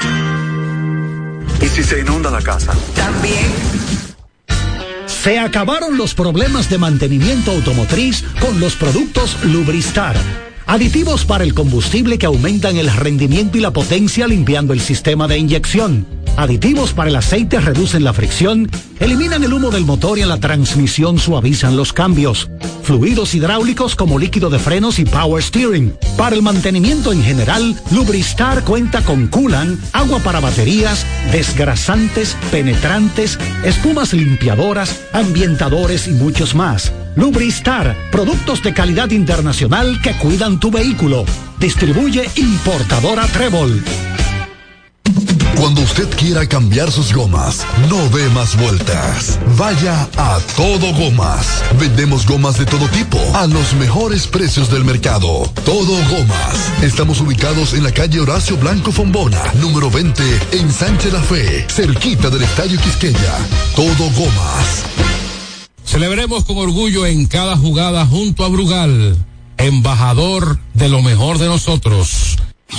¿Y si se inunda la casa? También. Se acabaron los problemas de mantenimiento automotriz con los productos Lubristar. Aditivos para el combustible que aumentan el rendimiento y la potencia limpiando el sistema de inyección. Aditivos para el aceite reducen la fricción, eliminan el humo del motor y en la transmisión suavizan los cambios. Fluidos hidráulicos como líquido de frenos y power steering. Para el mantenimiento en general, Lubristar cuenta con coolant, agua para baterías, desgrasantes, penetrantes, espumas limpiadoras, ambientadores y muchos más. Lubristar, productos de calidad internacional que cuidan tu vehículo. Distribuye importadora Trébol. Cuando usted quiera cambiar sus gomas, no dé más vueltas. Vaya a Todo Gomas. Vendemos gomas de todo tipo a los mejores precios del mercado. Todo Gomas. Estamos ubicados en la calle Horacio Blanco Fombona, número 20, en Sánchez La Fe, cerquita del Estadio Quisqueya. Todo Gomas. Celebremos con orgullo en cada jugada junto a Brugal, embajador de lo mejor de nosotros.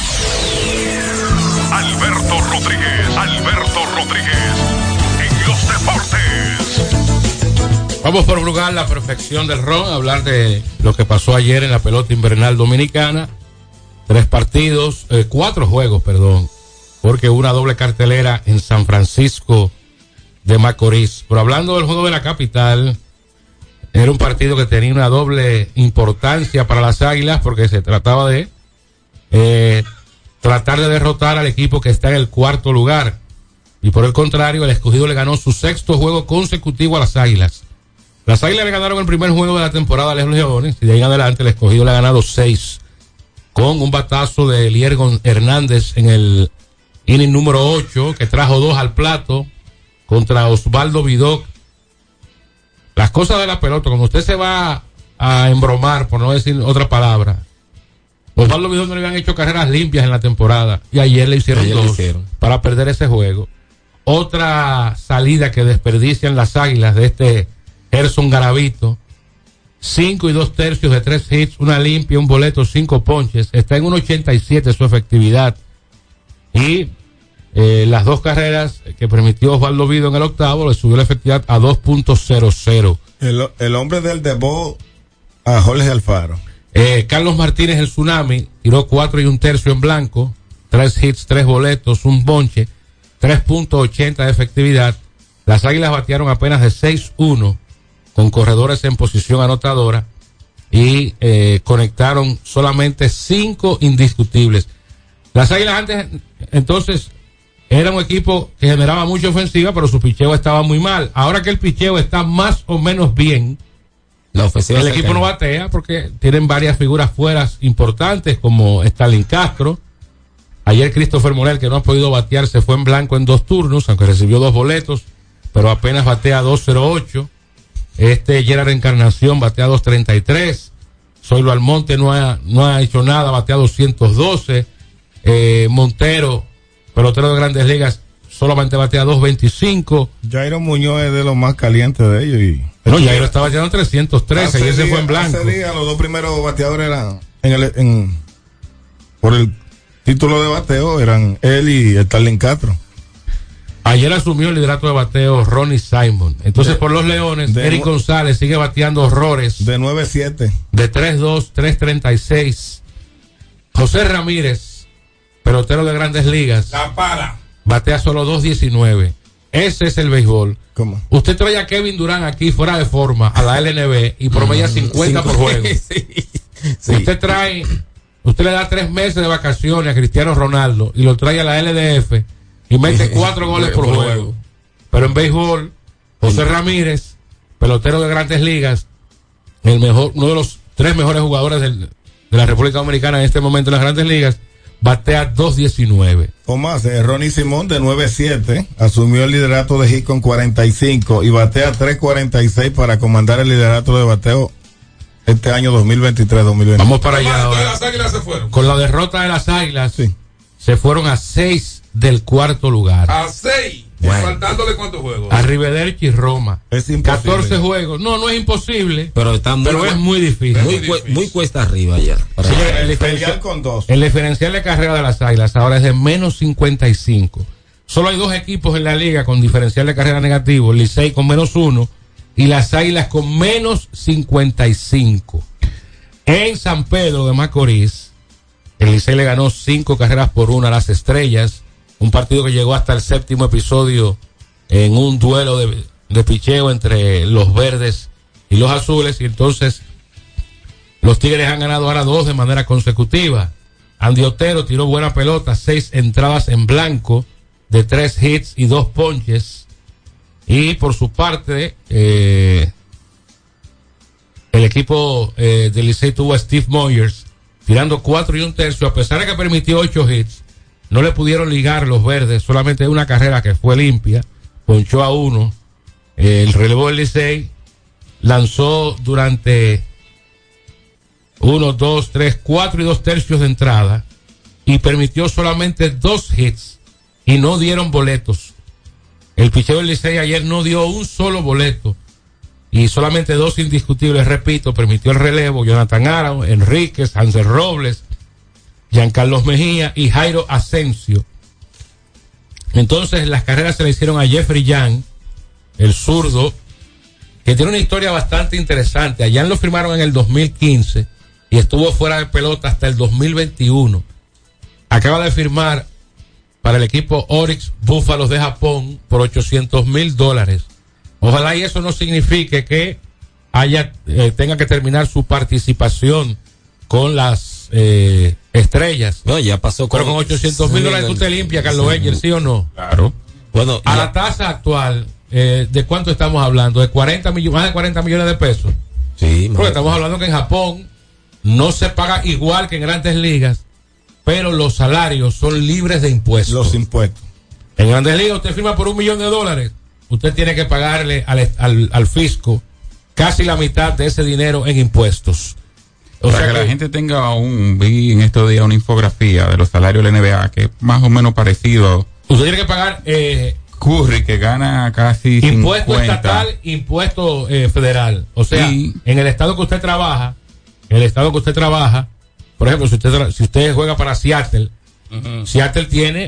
Alberto Rodríguez, en los deportes. Vamos por Brugal, la perfección del ron, a hablar de lo que pasó ayer en la pelota invernal dominicana. 4 juegos, porque hubo una doble cartelera en San Francisco de Macorís. Pero hablando del juego de la capital, era un partido que tenía una doble importancia para las Águilas, porque se trataba de tratar de derrotar al equipo que está en el 4º lugar. Y por el contrario, el Escogido le ganó su 6º juego consecutivo a las Águilas. Las Águilas le ganaron el primer juego de la temporada a los Leones, y de ahí en adelante el Escogido le ha ganado 6, con un batazo de Elier Hernández en el inning número 8, que trajo 2 al plato contra Osvaldo Vidot. Las cosas de la pelota, cuando usted se va a embromar, por no decir otra palabra, Osvaldo Vidot no le habían hecho carreras limpias en la temporada, y ayer le hicieron 2 para perder ese juego. Otra salida que desperdician las Águilas de este Gerson Garavito: 5 2/3 de 3 hits, una limpia, un boleto, 5 ponches. Está en 1.87 su efectividad. Y las 2 carreras que permitió Osvaldo Vidot en el 8º le subió la efectividad a 2.00. El hombre del debut a Jorge Alfaro. Carlos Martínez, el Tsunami, tiró 4 1/3 en blanco, 3 hits, 3 boletos, un ponche, 3.80 de efectividad. Las Águilas batearon apenas de 6-1 con corredores en posición anotadora y conectaron solamente 5 indiscutibles. Las Águilas antes, entonces, era un equipo que generaba mucha ofensiva, pero su picheo estaba muy mal. Ahora que el picheo está más o menos bien, el equipo no batea porque tienen varias figuras fuera importantes, como Stalin Castro. Ayer Christopher Morel, que no ha podido batear, se fue en blanco en 2 turnos, aunque recibió 2 boletos, pero apenas batea 2.08. Gerard Encarnación batea 2.33. Zoilo Almonte no ha hecho nada, batea 212. Montero, pelotero de Grandes Ligas, solamente batea 2.25. Jairo Muñoz es de los más calientes de ellos. Jairo estaba bateando 313 y ese fue en blanco. Hace días los 2 primeros bateadores eran por el título de bateo eran él y Stalin Castro. Ayer asumió el liderato de bateo Ronnie Simon. Entonces, por los Leones, Eric González sigue bateando horrores. De 9-7. De 3-2, 3-36. José Ramírez, pelotero de Grandes Ligas. La para. Batea solo 2.19. Ese es el béisbol. ¿Cómo? Usted trae a Kevin Durant aquí fuera de forma a la LNB y promedia 50 por juego. Sí. Usted le da 3 meses de vacaciones a Cristiano Ronaldo y lo trae a la LDF y mete 4 goles por juego. Pero en béisbol, José Ramírez, pelotero de Grandes Ligas, uno de los 3 mejores jugadores de de la República Dominicana en este momento en las Grandes Ligas, batea 2.19. Tomás, Ronnie Simón de 9-7 asumió el liderato de hit con 45 y batea 3.46 para comandar el liderato de bateo este año 2023-2024. Vamos para allá ahora. Las Águilas se fueron. Con la derrota de las Águilas, sí, se fueron a 6 del cuarto lugar. A 6. Bueno. ¿Faltándole cuántos juegos? A Rivederci y Roma. Es imposible. 14 juegos. No es imposible. Pero es muy difícil. Muy cuesta arriba ya. El diferencial de carrera de las Águilas ahora es de menos 55. Solo hay 2 equipos en la liga con diferencial de carrera negativo. El Licey con menos 1 y las Águilas con menos 55. En San Pedro de Macorís, el Licey le ganó 5-1 a las Estrellas. Un partido que llegó hasta el 7º episodio en un duelo de picheo entre los verdes y los azules. Y entonces los Tigres han ganado ahora 2 de manera consecutiva. Andy Otero tiró buena pelota, 6 entradas en blanco de 3 hits y 2 ponches. Y por su parte, el equipo del Licey tuvo a Steve Moyers tirando 4 1/3, a pesar de que permitió 8 hits. No le pudieron ligar los verdes, solamente una carrera que fue limpia, ponchó a 1. El relevo del Licey lanzó durante 1, 2, 3, 4 2/3 de entrada y permitió solamente 2 hits y no dieron boletos. El picheo del Licey ayer no dio un solo boleto y solamente 2 indiscutibles, repito, permitió el relevo: Jonathan Arao, Enríquez, Hansel Robles, Giancarlos Mejía y Jairo Asensio. Entonces las carreras se le hicieron a Jeffrey Young, el zurdo, que tiene una historia bastante interesante. A Young lo firmaron en el 2015 y estuvo fuera de pelota hasta el 2021. Acaba de firmar para el equipo Orix Búfalos de Japón por $800,000. Ojalá y eso no signifique que tenga que terminar su participación con las Estrellas. No, ya pasó con... Pero con $800,000 tú te limpias, Carlos Engel, ¿sí o no? Claro. Bueno, a la tasa actual, ¿de cuánto estamos hablando? ¿De 40 millones, más de 40 millones de pesos? Sí. Porque estamos hablando que en Japón no se paga igual que en Grandes Ligas, pero los salarios son libres de impuestos. Los impuestos. En Grandes Ligas usted firma por $1 millón, usted tiene que pagarle al fisco casi la mitad de ese dinero en impuestos. Para que la gente tenga vi en estos días una infografía de los salarios de la NBA que es más o menos parecido. Usted tiene que pagar Curry, que gana casi impuesto 50. estatal, impuesto federal. O sea, en el estado que usted trabaja, por ejemplo, si usted juega para Seattle, Seattle tiene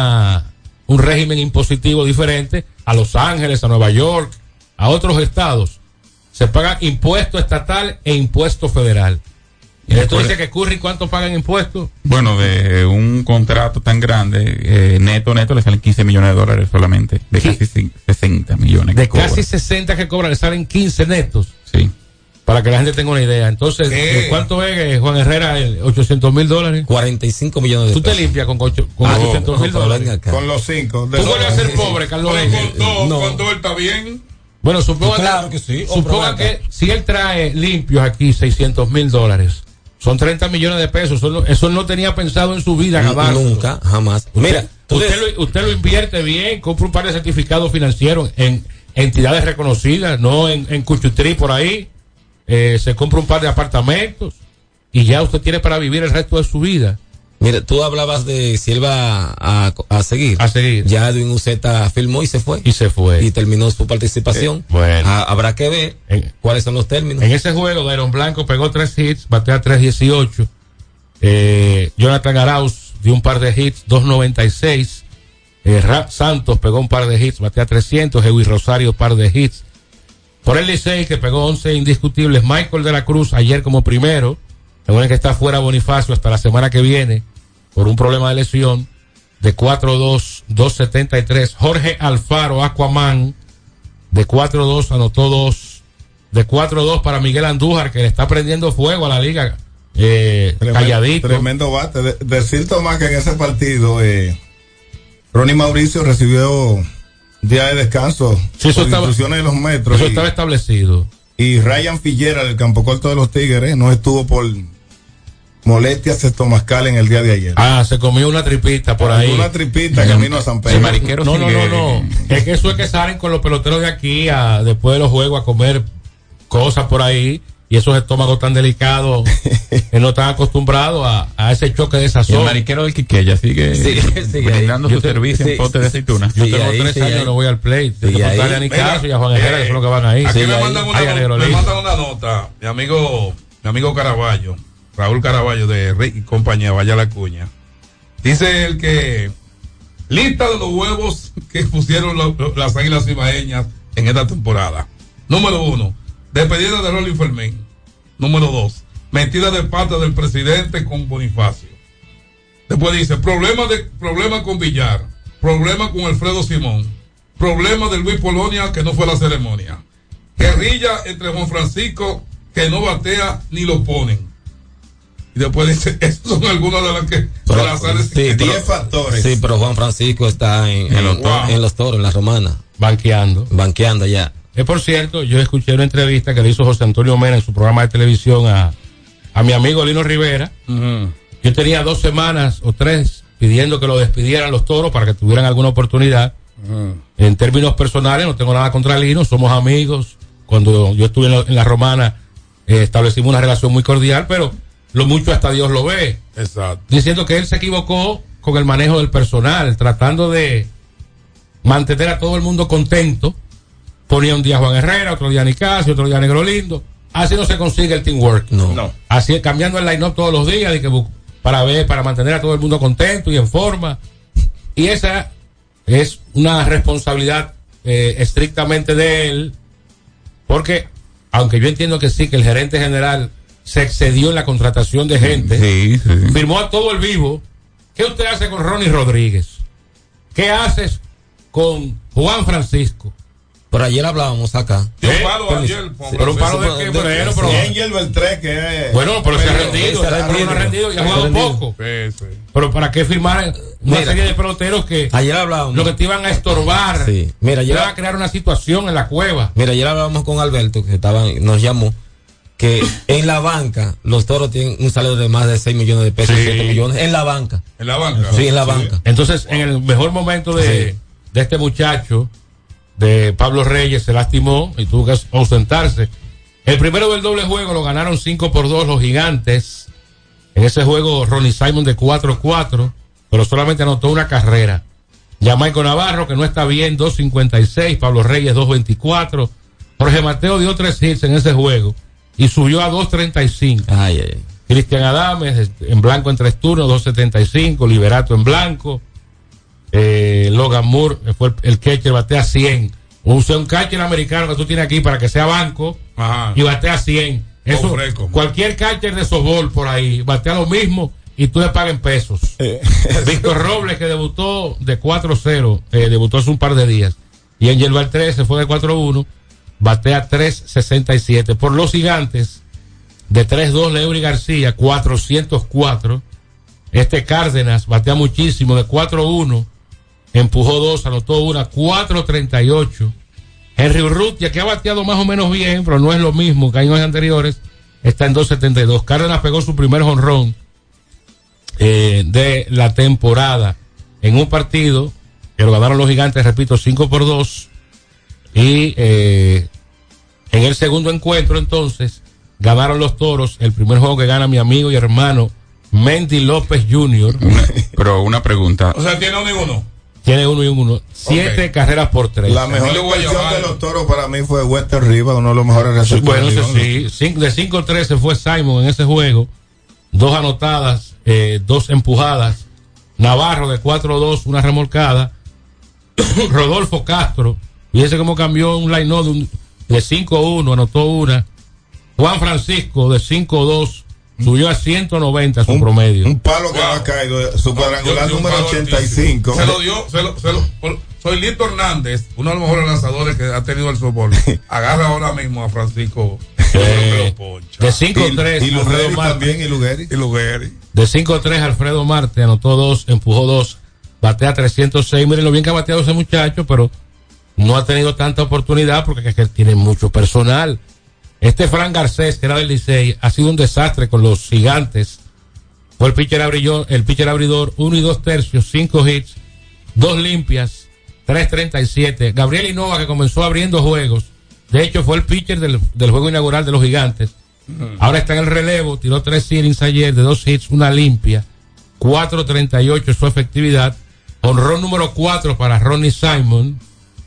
un régimen impositivo diferente a Los Ángeles, a Nueva York, a otros estados. Se paga impuesto estatal e impuesto federal. Y esto dice que Curry, ¿cuánto paga en impuestos? Bueno, de un contrato tan grande, neto le salen $15 millones solamente, de casi 60 millones. De casi 60 que cobra, le salen 15 netos. Sí. Para que la gente tenga una idea. Entonces, ¿cuánto es, Juan Herrera, $800,000? 45 millones de pesos. ¿Tú te limpias con $800,000? Con los 5. ¿Tú vuelves a ser pobre, Carlos? Con todo está bien. Bueno, suponga que sí. Suponga que si él trae limpios aquí $600,000, son 30 millones de pesos. Eso no tenía pensado en su vida ganar. Nunca, jamás. Mira, usted lo invierte bien, compra un par de certificados financieros en entidades reconocidas, no en Cuchutrí por ahí. Se compra un par de apartamentos y ya usted tiene para vivir el resto de su vida. Mira, tú hablabas de si él va a seguir. A seguir. Ya Edwin Uceta filmó y se fue. Y terminó su participación. Bueno. Habrá que ver cuáles son los términos. En ese juego, Dairon Blanco pegó 3 hits, batea 3.18. Jonathan Arauz dio un par de hits, 2.96. Santos pegó un par de hits, batea 300. Ewi Rosario, par de hits. Por el Licey, que pegó 11 indiscutibles. Michael de la Cruz, ayer como primero. Recuerden que está fuera Bonifacio hasta la semana que viene por un problema de lesión. De 4-2, 2.73. Jorge Alfaro, Aquaman, de 4-2, anotó 2. De 4-2 para Miguel Andújar, que le está prendiendo fuego a la liga. Calladito. Tremendo bate. Decir, Tomás, que en ese partido Ronnie Mauricio recibió día de descanso. Sí, eso por instrucciones de los metros. Eso estaba establecido. Y Ryan Figuera, del campo corto de los Tigres, no estuvo por molestias estomacales en el día de ayer. Se comió una tripita por ahí. Una tripita camino a San Pedro. El mariquero no. Es que eso es que salen con los peloteros de aquí después de los juegos a comer cosas por ahí. Y esos estómagos tan delicados que no están acostumbrados a ese choque de sazón. El mariquero del Quiqueya sigue brindando su servicio en pote de aceituna. Yo tengo 3 años, no voy al play. Tengo que contarle a Nicasio y a Juan Herrera, que son los que van ahí. Aquí me mandan una nota, mi amigo Caraballo, Raúl Caraballo de Rick y compañía, vaya la cuña. Dice él que lista de los huevos que pusieron las Águilas Cibaeñas en esta temporada. Número 1. Despedida de Rolly Fermín. Número 2. Metida de pata del presidente con Bonifacio. Después dice, problema con Villar. Problema con Alfredo Simón. Problema de Luis Polonia, que no fue a la ceremonia. Guerrilla entre Juan Francisco, que no batea ni lo ponen. Y después dice, esos son algunos de las que... Pero, de las áreas 10 factores. Sí, pero Juan Francisco está en los toros, en la romana. Banqueando ya. Por cierto, yo escuché una entrevista que le hizo José Antonio Mena en su programa de televisión a mi amigo Lino Rivera. Uh-huh. Yo tenía 2 semanas o 3 pidiendo que lo despidieran los toros para que tuvieran alguna oportunidad. Uh-huh. En términos personales, no tengo nada contra Lino, somos amigos. Cuando yo estuve en la romana, establecimos una relación muy cordial, pero lo mucho hasta Dios lo ve. Exacto. Diciendo que él se equivocó con el manejo del personal, tratando de mantener a todo el mundo contento. Ponía un día Juan Herrera, otro día Nicasio, otro día Negro Lindo. Así no se consigue el teamwork. No. Así cambiando el line-up todos los días para mantener a todo el mundo contento y en forma. Y esa es una responsabilidad estrictamente de él, porque aunque yo entiendo que sí, que el gerente general se excedió en la contratación de gente, firmó a todo el vivo. ¿Qué usted hace con Ronnie Rodríguez? ¿Qué haces con Juan Francisco? Por ayer hablábamos acá. Pero un palo de que pero Angel Beltré, que es. Bueno, pero se ha rendido y ha jugado poco. Sí. Pero ¿para qué firmar una serie de peloteros que ayer hablábamos, lo que te iban a estorbar? Sí. Mira, te iban a crear una situación en la cueva. Mira, ayer hablábamos con Alberto, que nos llamó, que en la banca los toros tienen un salario de más de 6 millones de pesos, 7 millones. En la banca. Sí, en la banca. Entonces, en el mejor momento de este muchacho, de Pablo Reyes, se lastimó y tuvo que ausentarse. El primero del doble juego lo ganaron 5-2 los Gigantes. En ese juego Ronnie Simon de 4-4, pero solamente anotó una carrera. Jamaico Navarro, que no está bien, 2.56. Pablo Reyes, 2.24. Jorge Mateo dio 3 hits en ese juego y subió a 2.35. Cristian Adames en blanco en 3 turnos, 2.75. Liberato en blanco. Logan Moore fue el catcher, batea 100. Use un catcher americano que tú tienes aquí para que sea banco. Ajá. Y batea 100. Eso, cualquier catcher de softball por ahí batea lo mismo y tú le pagas en pesos. Víctor Robles, que debutó de 4-0, debutó hace un par de días, y Angel Beltré se fue de 4-1, batea 3.67. Por los Gigantes, de 3-2 Leury García, 404. Cárdenas batea muchísimo, de 4-1, empujó 2, anotó 1, 4.38. Henry Urrutia, que ha bateado más o menos bien, pero no es lo mismo que años anteriores, está en 2.72. Cárdenas pegó su primer jonrón de la temporada en un partido que lo ganaron los Gigantes, repito, 5-2. Y en el segundo encuentro, entonces, ganaron los Toros, el primer juego que gana mi amigo y hermano Mendy López Jr. Pero una pregunta. O sea, ¿tiene 1 y 1? Tiene 1 y 1. 7 carreras por 3. La mejor versión de los Toros para mí fue Wester Rivas, uno de los mejores receptores. Bueno, sí. De 5-3 se fue Simon en ese juego. 2 anotadas, 2 empujadas. Navarro de 4-2, una remolcada. Rodolfo Castro, fíjese cómo cambió un line-up de 5-1, anotó 1. Juan Francisco de 5-2. Subió a 190 su promedio. Un palo que ha caído, su cuadrangular número 85. Se lo dio, soy Lito Hernández, uno de los mejores lanzadores que ha tenido el softball. Agarra ahora mismo a Francisco. De 5-3. Y Lugeri también, y Lugeri. De 5-3, Alfredo Marte anotó 2, empujó 2, batea 306. Miren lo bien que ha bateado ese muchacho, pero no ha tenido tanta oportunidad porque es que tiene mucho personal. Fran Garcés, que era del Licey, ha sido un desastre con los Gigantes. Fue el pitcher abridor 1 y 2 tercios, 5 hits, 2 limpias, 3.37. Gabriel Innova, que comenzó abriendo juegos, de hecho fue el pitcher del juego inaugural de los Gigantes. Ahora está en el relevo, tiró 3 innings ayer de 2 hits, 1 limpia, 4.38 su efectividad. Honrón número 4 para Ronnie Simon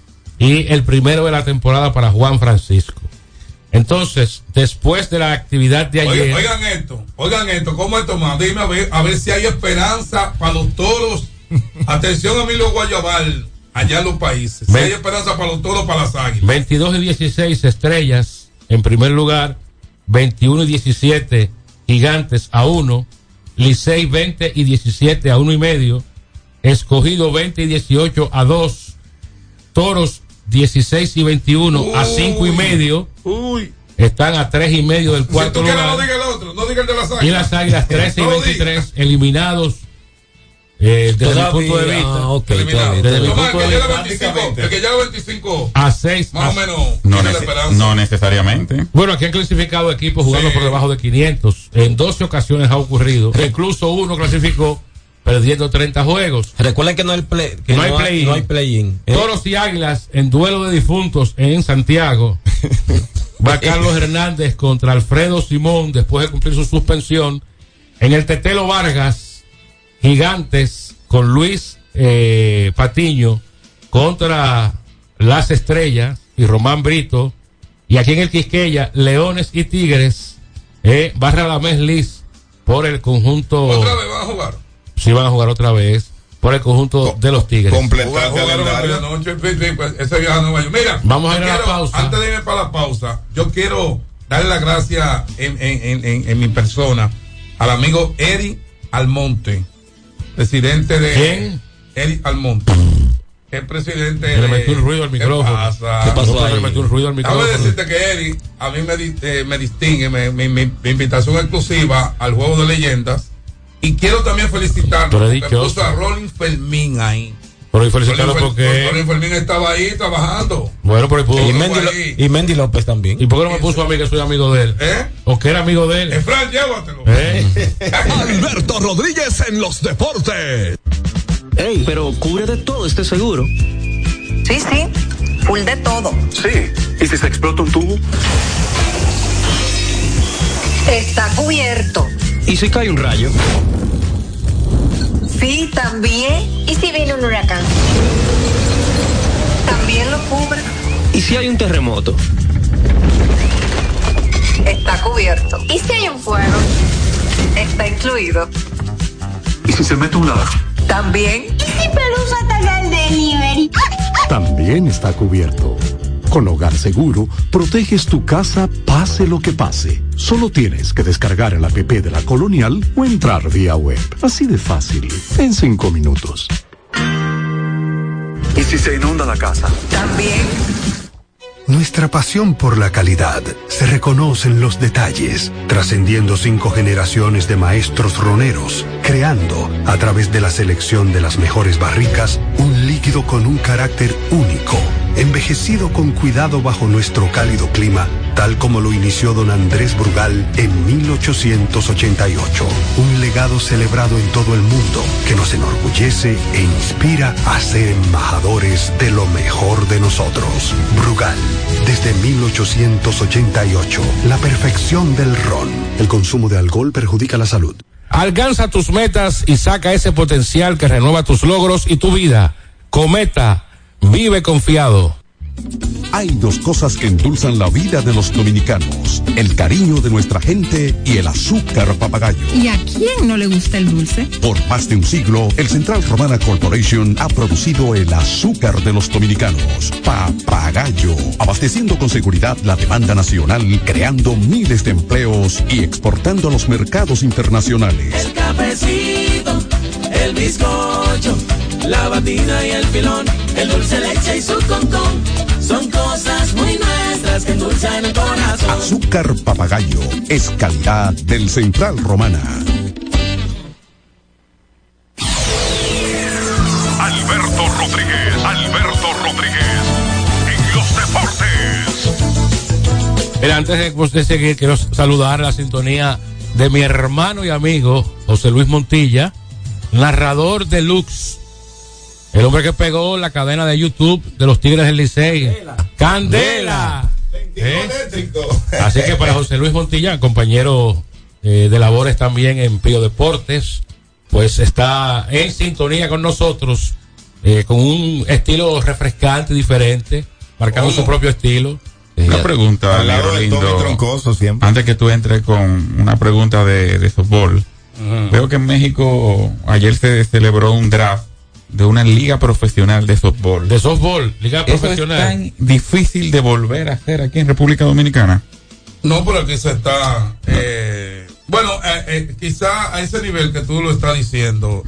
y el primero de la temporada para Juan Francisco. Entonces, después de la actividad de ayer... Oigan esto, ¿cómo es Tomás? Dime a ver si hay esperanza para los toros. Atención a Emilio Guayabal, allá en los países. Si hay esperanza para los toros, para las águilas. 22 y 16 Estrellas en primer lugar, 21 y 17 Gigantes a 1, Licey 20 y 17 a 1.5, Escogido 20 y 18 a 2, Toros 16 y 21 a 5.5. Están a 3.5 del cuarto lugar. No diga el otro, no diga el de las águilas. Y las águilas 13 y 23 eliminados desde mi punto de vista. Desde mi punto de vista. El que llega 25 a 6 más o menos no necesariamente. Bueno, aquí han clasificado equipos jugando por debajo de 500. En 12 ocasiones ha ocurrido. Incluso uno clasificó perdiendo 30 juegos. Recuerden que no hay play-in. Toros y Águilas en duelo de difuntos en Santiago. Va Carlos Hernández contra Alfredo Simón después de cumplir su suspensión. En el Tetelo Vargas, Gigantes con Luis Patiño contra Las Estrellas y Román Brito. Y aquí en el Quisqueya, Leones y Tigres, va Radamés Liz por el conjunto. ¿Otra vez van a jugar? Sí, van a jugar otra vez por el conjunto de los Tigres. Completar el calendario. Ese viaje a Nueva York. Mira, vamos a ir a la pausa. Antes de irme para la pausa, yo quiero darle las gracias en mi persona al amigo Eri Almonte, presidente de... ¿Quién? Eri Almonte. El presidente de... Le metió un ruido al micrófono. ¿Qué pasó ahí? Le metió un ruido al micrófono. Déjame decirte que Eri a mí me distingue, mi invitación exclusiva al Juego de Leyendas. Y quiero también felicitarlo porque puso a Rolling Fermín ahí. Pero felicitarlo porque Rolling Fermín estaba ahí trabajando. Bueno, pero y Mendy López también. ¿Y por qué no me puso a mí que soy amigo de él? ¿O que era amigo de él? Fran, llévatelo. Alberto Rodríguez en los deportes. Ey, pero cubre de todo este seguro. Sí, full de todo. Sí, ¿y si se explota un tubo? Está cubierto. ¿Y si cae un rayo? Sí, también. ¿Y si viene un huracán? También lo cubre. ¿Y si hay un terremoto? Está cubierto. ¿Y si hay un fuego? Está incluido. ¿Y si se mete un ladrón? También. ¿Y si Pelusa ataca el delivery? También está cubierto. Con Hogar Seguro, proteges tu casa pase lo que pase. Solo tienes que descargar el app de la Colonial o entrar vía web. Así de fácil, en 5 minutos. ¿Y si se inunda la casa? También. Nuestra pasión por la calidad se reconoce en los detalles, trascendiendo 5 generaciones de maestros roneros, creando, a través de la selección de las mejores barricas, un líquido con un carácter único, envejecido con cuidado bajo nuestro cálido clima, tal como lo inició don Andrés Brugal en 1888. Un legado celebrado en todo el mundo que nos enorgullece e inspira a ser embajadores de lo mejor de nosotros. Brugal, desde 1888, la perfección del ron. El consumo de alcohol perjudica la salud. Alcanza tus metas y saca ese potencial que renueva tus logros y tu vida. Cometa, vive confiado. Hay 2 cosas que endulzan la vida de los dominicanos: el cariño de nuestra gente y el azúcar papagayo. ¿Y a quién no le gusta el dulce? Por más de un siglo, el Central Romana Corporation ha producido el azúcar de los dominicanos, Papagayo, abasteciendo con seguridad la demanda nacional, creando miles de empleos y exportando a los mercados internacionales. El cafecito, el bizcocho, la batida y el pilón, el dulce leche y su concón, son cosas muy nuestras que endulzan el corazón. Azúcar Papagayo es calidad del Central Romana. Alberto Rodríguez, en los deportes. Pero antes de seguir, quiero saludar la sintonía de mi hermano y amigo José Luis Montilla, narrador deluxe, el hombre que pegó la cadena de YouTube de los Tigres del Licey. ¡Candela! Así que para José Luis Montilla, compañero de labores también en Pío Deportes, pues está en sintonía con nosotros, con un estilo refrescante, diferente, marcando su propio estilo. Una pregunta, Leo Lindo, antes que tú entres con una pregunta de softball. Veo que en México ayer se celebró un draft de una liga profesional de softball. De softball, liga profesional. ¿Es tan difícil de volver a hacer aquí en República Dominicana? No, pero aquí se está... quizá a ese nivel que tú lo estás diciendo,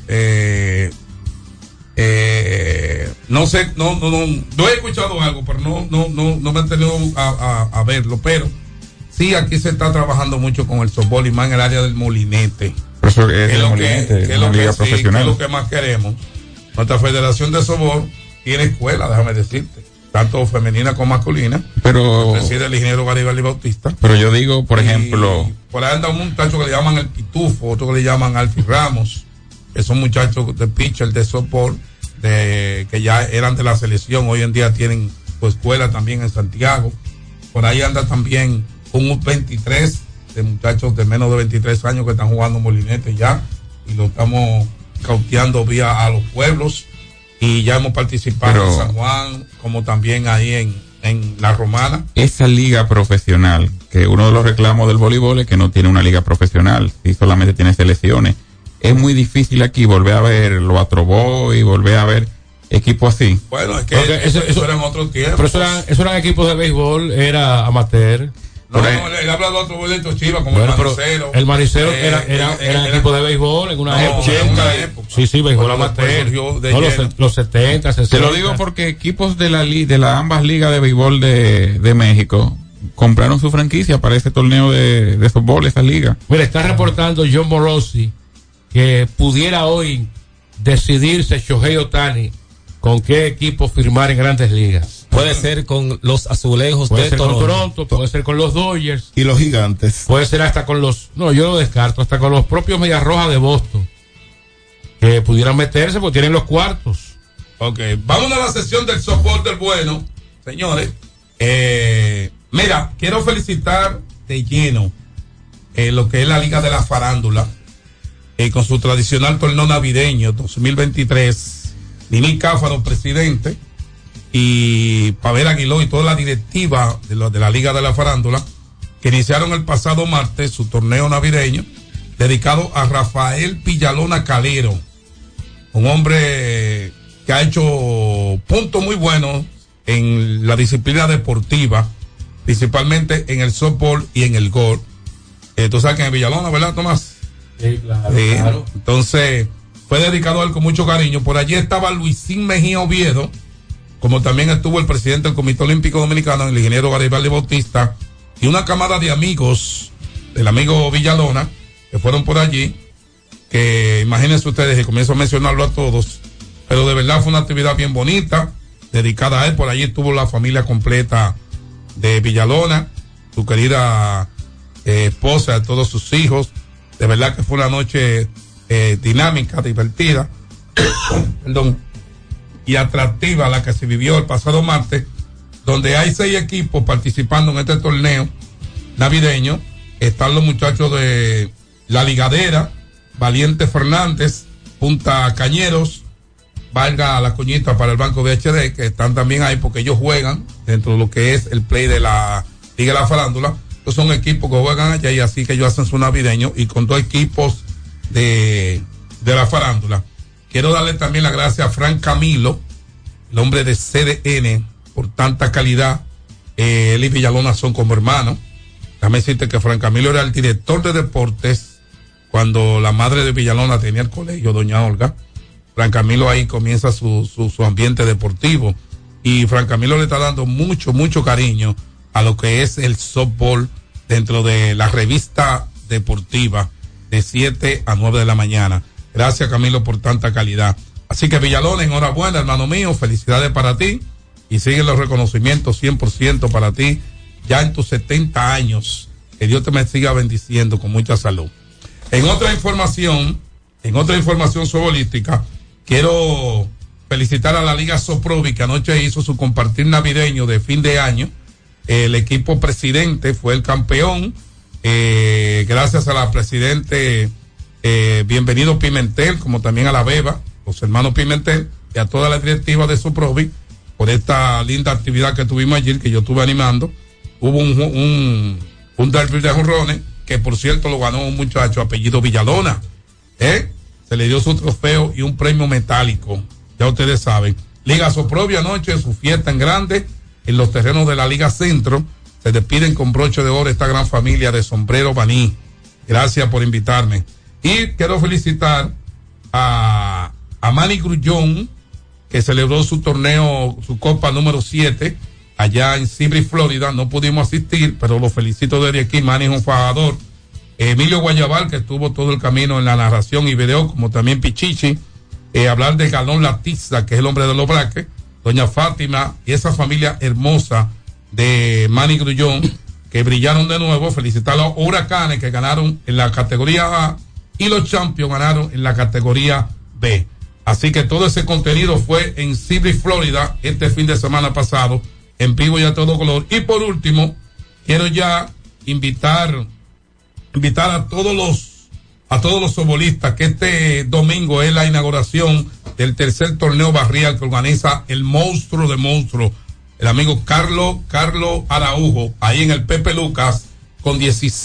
no sé, yo he escuchado algo, pero no me he tenido a verlo, pero sí, aquí se está trabajando mucho con el softball y más en el área del molinete. Por eso es el molinete, que es lo que más queremos. Nuestra Federación de Softball tiene escuela, déjame decirte, tanto femenina como masculina. Pero preside el ingeniero Garibaldi Bautista. Pero yo digo, por ejemplo, por ahí anda un muchacho que le llaman el Pitufo, otro que le llaman Alfie Ramos, que son muchachos de pitcher de softball, que ya eran de la selección, hoy en día tienen su escuela también en Santiago. Por ahí anda también un U23 de muchachos de menos de 23 años que están jugando molinete ya, y lo estamos cauteando vía a los pueblos, y ya hemos participado en San Juan, como también ahí en La Romana. Esa liga profesional, que uno de los reclamos del voleibol es que no tiene una liga profesional, y solamente tiene selecciones. Es muy difícil aquí volver a ver lo Atroboy y volver a ver equipos así. Bueno, es que eso eran otros tiempos. Pero eso eran equipos de béisbol, era amateur. No, él habla de otro de estos Chivas, como el Manicero. El Manicero era equipo de béisbol en una época. Sí, béisbol amateur. Los 70, 60. Te lo digo porque equipos de la ambas ligas de béisbol de México compraron su franquicia para ese torneo de softball, esa liga. Mira, está reportando John Morosi que pudiera hoy decidirse Shohei Ohtani con qué equipo firmar en Grandes Ligas. Puede ser con los Azulejos de Toronto. Con Toronto, puede ser con los Dodgers. Y los Gigantes. Puede ser hasta con los... No, yo lo descarto. Hasta con los propios Medias Rojas de Boston. Que pudieran meterse porque tienen los cuartos. Ok, vamos a la sesión del softball del bueno. Señores, mira, quiero felicitar de lleno lo que es la Liga de la Farándula. Con su tradicional torneo navideño 2023. Nini Cáfaro, presidente, y Pavel Aguiló y toda la directiva de la Liga de la Farándula, que iniciaron el pasado martes su torneo navideño dedicado a Rafael Villalona Calero, un hombre que ha hecho puntos muy buenos en la disciplina deportiva, principalmente en el softball y en el golf. Tú sabes que en Villalona, ¿verdad, Tomás? Sí, claro. Entonces, fue dedicado a él con mucho cariño. Por allí estaba Luisín Mejía Oviedo, como también estuvo el presidente del Comité Olímpico Dominicano, el ingeniero Garibaldi Bautista, y una camada de amigos del amigo Villalona, que fueron por allí, que imagínense ustedes, y comienzo a mencionarlo a todos, pero de verdad fue una actividad bien bonita, dedicada a él. Por allí estuvo la familia completa de Villalona, su querida esposa, todos sus hijos. De verdad que fue una noche dinámica, divertida, perdón, y atractiva la que se vivió el pasado martes, donde hay 6 equipos participando en este torneo navideño. Están los muchachos de La Ligadera, Valiente Fernández, Punta Cañeros, valga la cuñita para el Banco VHD, que están también ahí porque ellos juegan dentro de lo que es el play de la Liga de la Farándula. Estos son equipos que juegan allá, y así que ellos hacen su navideño, y con 2 equipos de la farándula. Quiero darle también las gracias a Fran Camilo, el hombre de CDN, por tanta calidad. Él y Villalona son como hermanos. Déjame decirte que Fran Camilo era el director de deportes cuando la madre de Villalona tenía el colegio, doña Olga. Fran Camilo ahí comienza su ambiente deportivo, y Fran Camilo le está dando mucho cariño a lo que es el softball dentro de la revista deportiva de 7 a 9 de la mañana. Gracias, Camilo, por tanta calidad. Así que Villalona, enhorabuena, hermano mío, felicidades para ti, y siguen los reconocimientos 100% para ti, ya en tus 70 años Que Dios te me siga bendiciendo con mucha salud. En otra información futbolística, quiero felicitar a la Liga Soprobi, que anoche hizo su compartir navideño de fin de año. El equipo presidente fue el campeón, gracias a la presidente Bienvenido Pimentel, como también a la Beba, los hermanos Pimentel, y a toda la directiva de Soprobi, por esta linda actividad que tuvimos ayer, que yo estuve animando. Hubo un derby de jonrones, que por cierto lo ganó un muchacho apellido Villalona, se le dio su trofeo y un premio metálico, ya ustedes saben. Liga Soprobi anoche, su fiesta en grande, en los terrenos de la Liga Centro. Se despiden con broche de oro esta gran familia de Sombrero Baní. Gracias por invitarme. Y quiero felicitar a Manny Grullón, que celebró su torneo, su Copa número 7, allá en Sebring, Florida. No pudimos asistir, pero lo felicito desde aquí. Manny es un fajador. Emilio Guayabal, que estuvo todo el camino en la narración y video, como también Pichichi. Hablar de Galón Latiza, que es el hombre de los braques. Doña Fátima y esa familia hermosa de Manny Grullón, que brillaron de nuevo. Felicitar a los Huracanes, que ganaron en la categoría A, y los Champions ganaron en la categoría B. Así que todo ese contenido fue en Sebring, Florida, este fin de semana pasado, en vivo y a todo color. Y por último, quiero ya invitar a todos los futbolistas, que este domingo es la inauguración del tercer torneo barrial que organiza el monstruo de monstruos, el amigo Carlos Araujo, ahí en el Pepe Lucas, con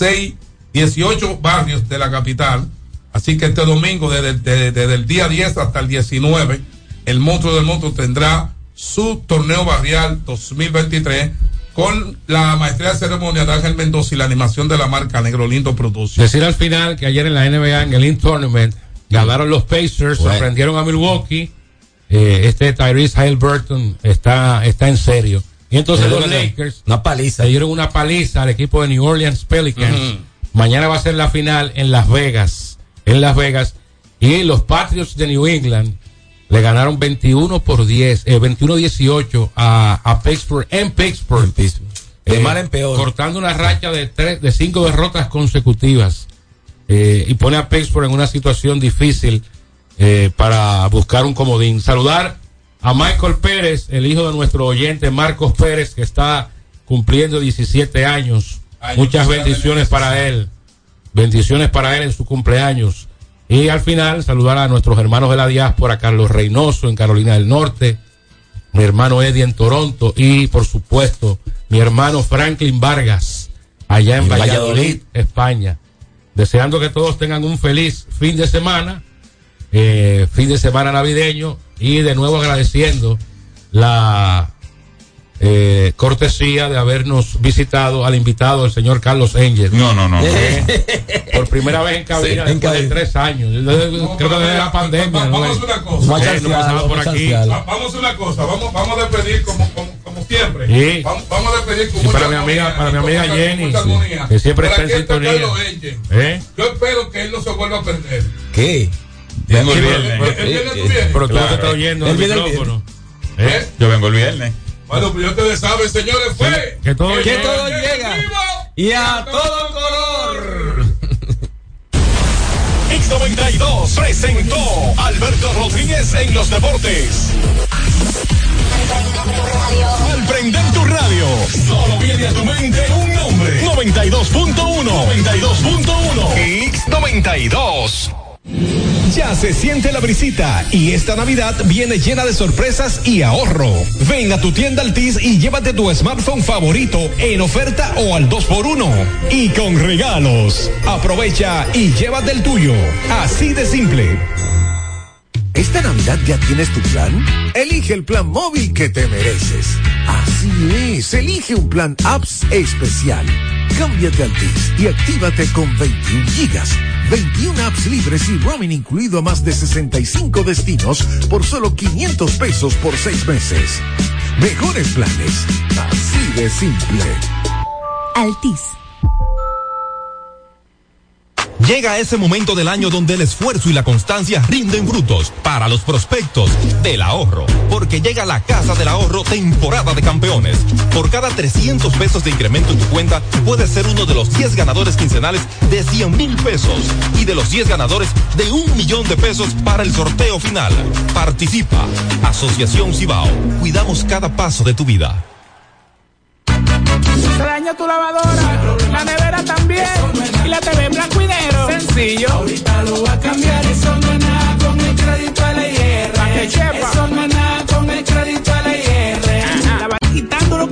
18 barrios de la capital. Así que este domingo, desde el día 10 hasta el 19, el monstruo del monstruo tendrá su torneo barrial 2023 con la maestría de ceremonia de Ángel Mendoza y la animación de la marca Negro Lindo Producción. Decir al final que ayer en la NBA, en el In-Tournament, ganaron los Pacers, sorprendieron a Milwaukee. Tyrese Haliburton está en serio. Y entonces los Lakers, una paliza, le dieron una paliza al equipo de New Orleans Pelicans. Mañana va a ser la final en Las Vegas. Y los Patriots de New England le ganaron 21-18 a Pittsburgh en Pittsburgh. De mal en peor. Cortando una racha de 5 derrotas consecutivas. Y pone a Pittsburgh en una situación difícil para buscar un comodín. Saludar a Michael Pérez, el hijo de nuestro oyente Marcos Pérez, que está cumpliendo 17 años. Muchas bendiciones para él. Bendiciones para él en su cumpleaños. Y al final, saludar a nuestros hermanos de la diáspora, Carlos Reynoso en Carolina del Norte, mi hermano Eddie en Toronto y, por supuesto, mi hermano Franklin Vargas, allá en Valladolid, España. Deseando que todos tengan un feliz fin de semana navideño, y de nuevo agradeciendo la cortesía de habernos visitado al invitado, el señor Carlos Engel. No. Por primera vez en cabina, Sí, después de 3 años. Creo que desde la pandemia. Vamos a hacer una cosa. Vamos a hacer una cosa. Vamos a despedir como siempre. Sí. Vamos a despedir con para mi amiga Jenny, que siempre está en sintonía. Yo espero que él no se vuelva a perder. ¿Qué? Vengo el viernes. Pero tú no te estás oyendo el micrófono. Yo vengo el viernes. Bueno, pues ya ustedes saben, señores, fue que todo llega y a todo color. X92 presentó Alberto Rodríguez en los deportes. Al prender tu radio, solo viene a tu mente un nombre. 92.1 X92. Ya se siente la brisita y esta Navidad viene llena de sorpresas y ahorro. Ven a tu tienda Altis y llévate tu smartphone favorito en oferta o al 2x1 y con regalos. Aprovecha y llévate el tuyo. Así de simple. ¿Esta Navidad ya tienes tu plan? Elige el plan móvil que te mereces. Así es, elige un plan apps especial. Cámbiate a Altis y actívate con 21 gigas, 21 apps libres y roaming incluido a más de 65 destinos por solo 500 pesos por 6 meses. Mejores planes, así de simple. Altis. Llega ese momento del año donde el esfuerzo y la constancia rinden frutos para los prospectos del ahorro, porque llega la Casa del Ahorro temporada de campeones. Por cada 300 pesos de incremento en tu cuenta, puedes ser uno de los 10 ganadores quincenales de 100,000 pesos y de los 10 ganadores de 1,000,000 de pesos para el sorteo final. Participa. Asociación Cibao. Cuidamos cada paso de tu vida. Se dañó tu lavadora, la nevera también, y la TV en blanco y negro. Sencillo. Ahorita lo va a cambiar, eso no es nada con el crédito LIR. ¿Para qué chepa? Eso no es nada con el crédito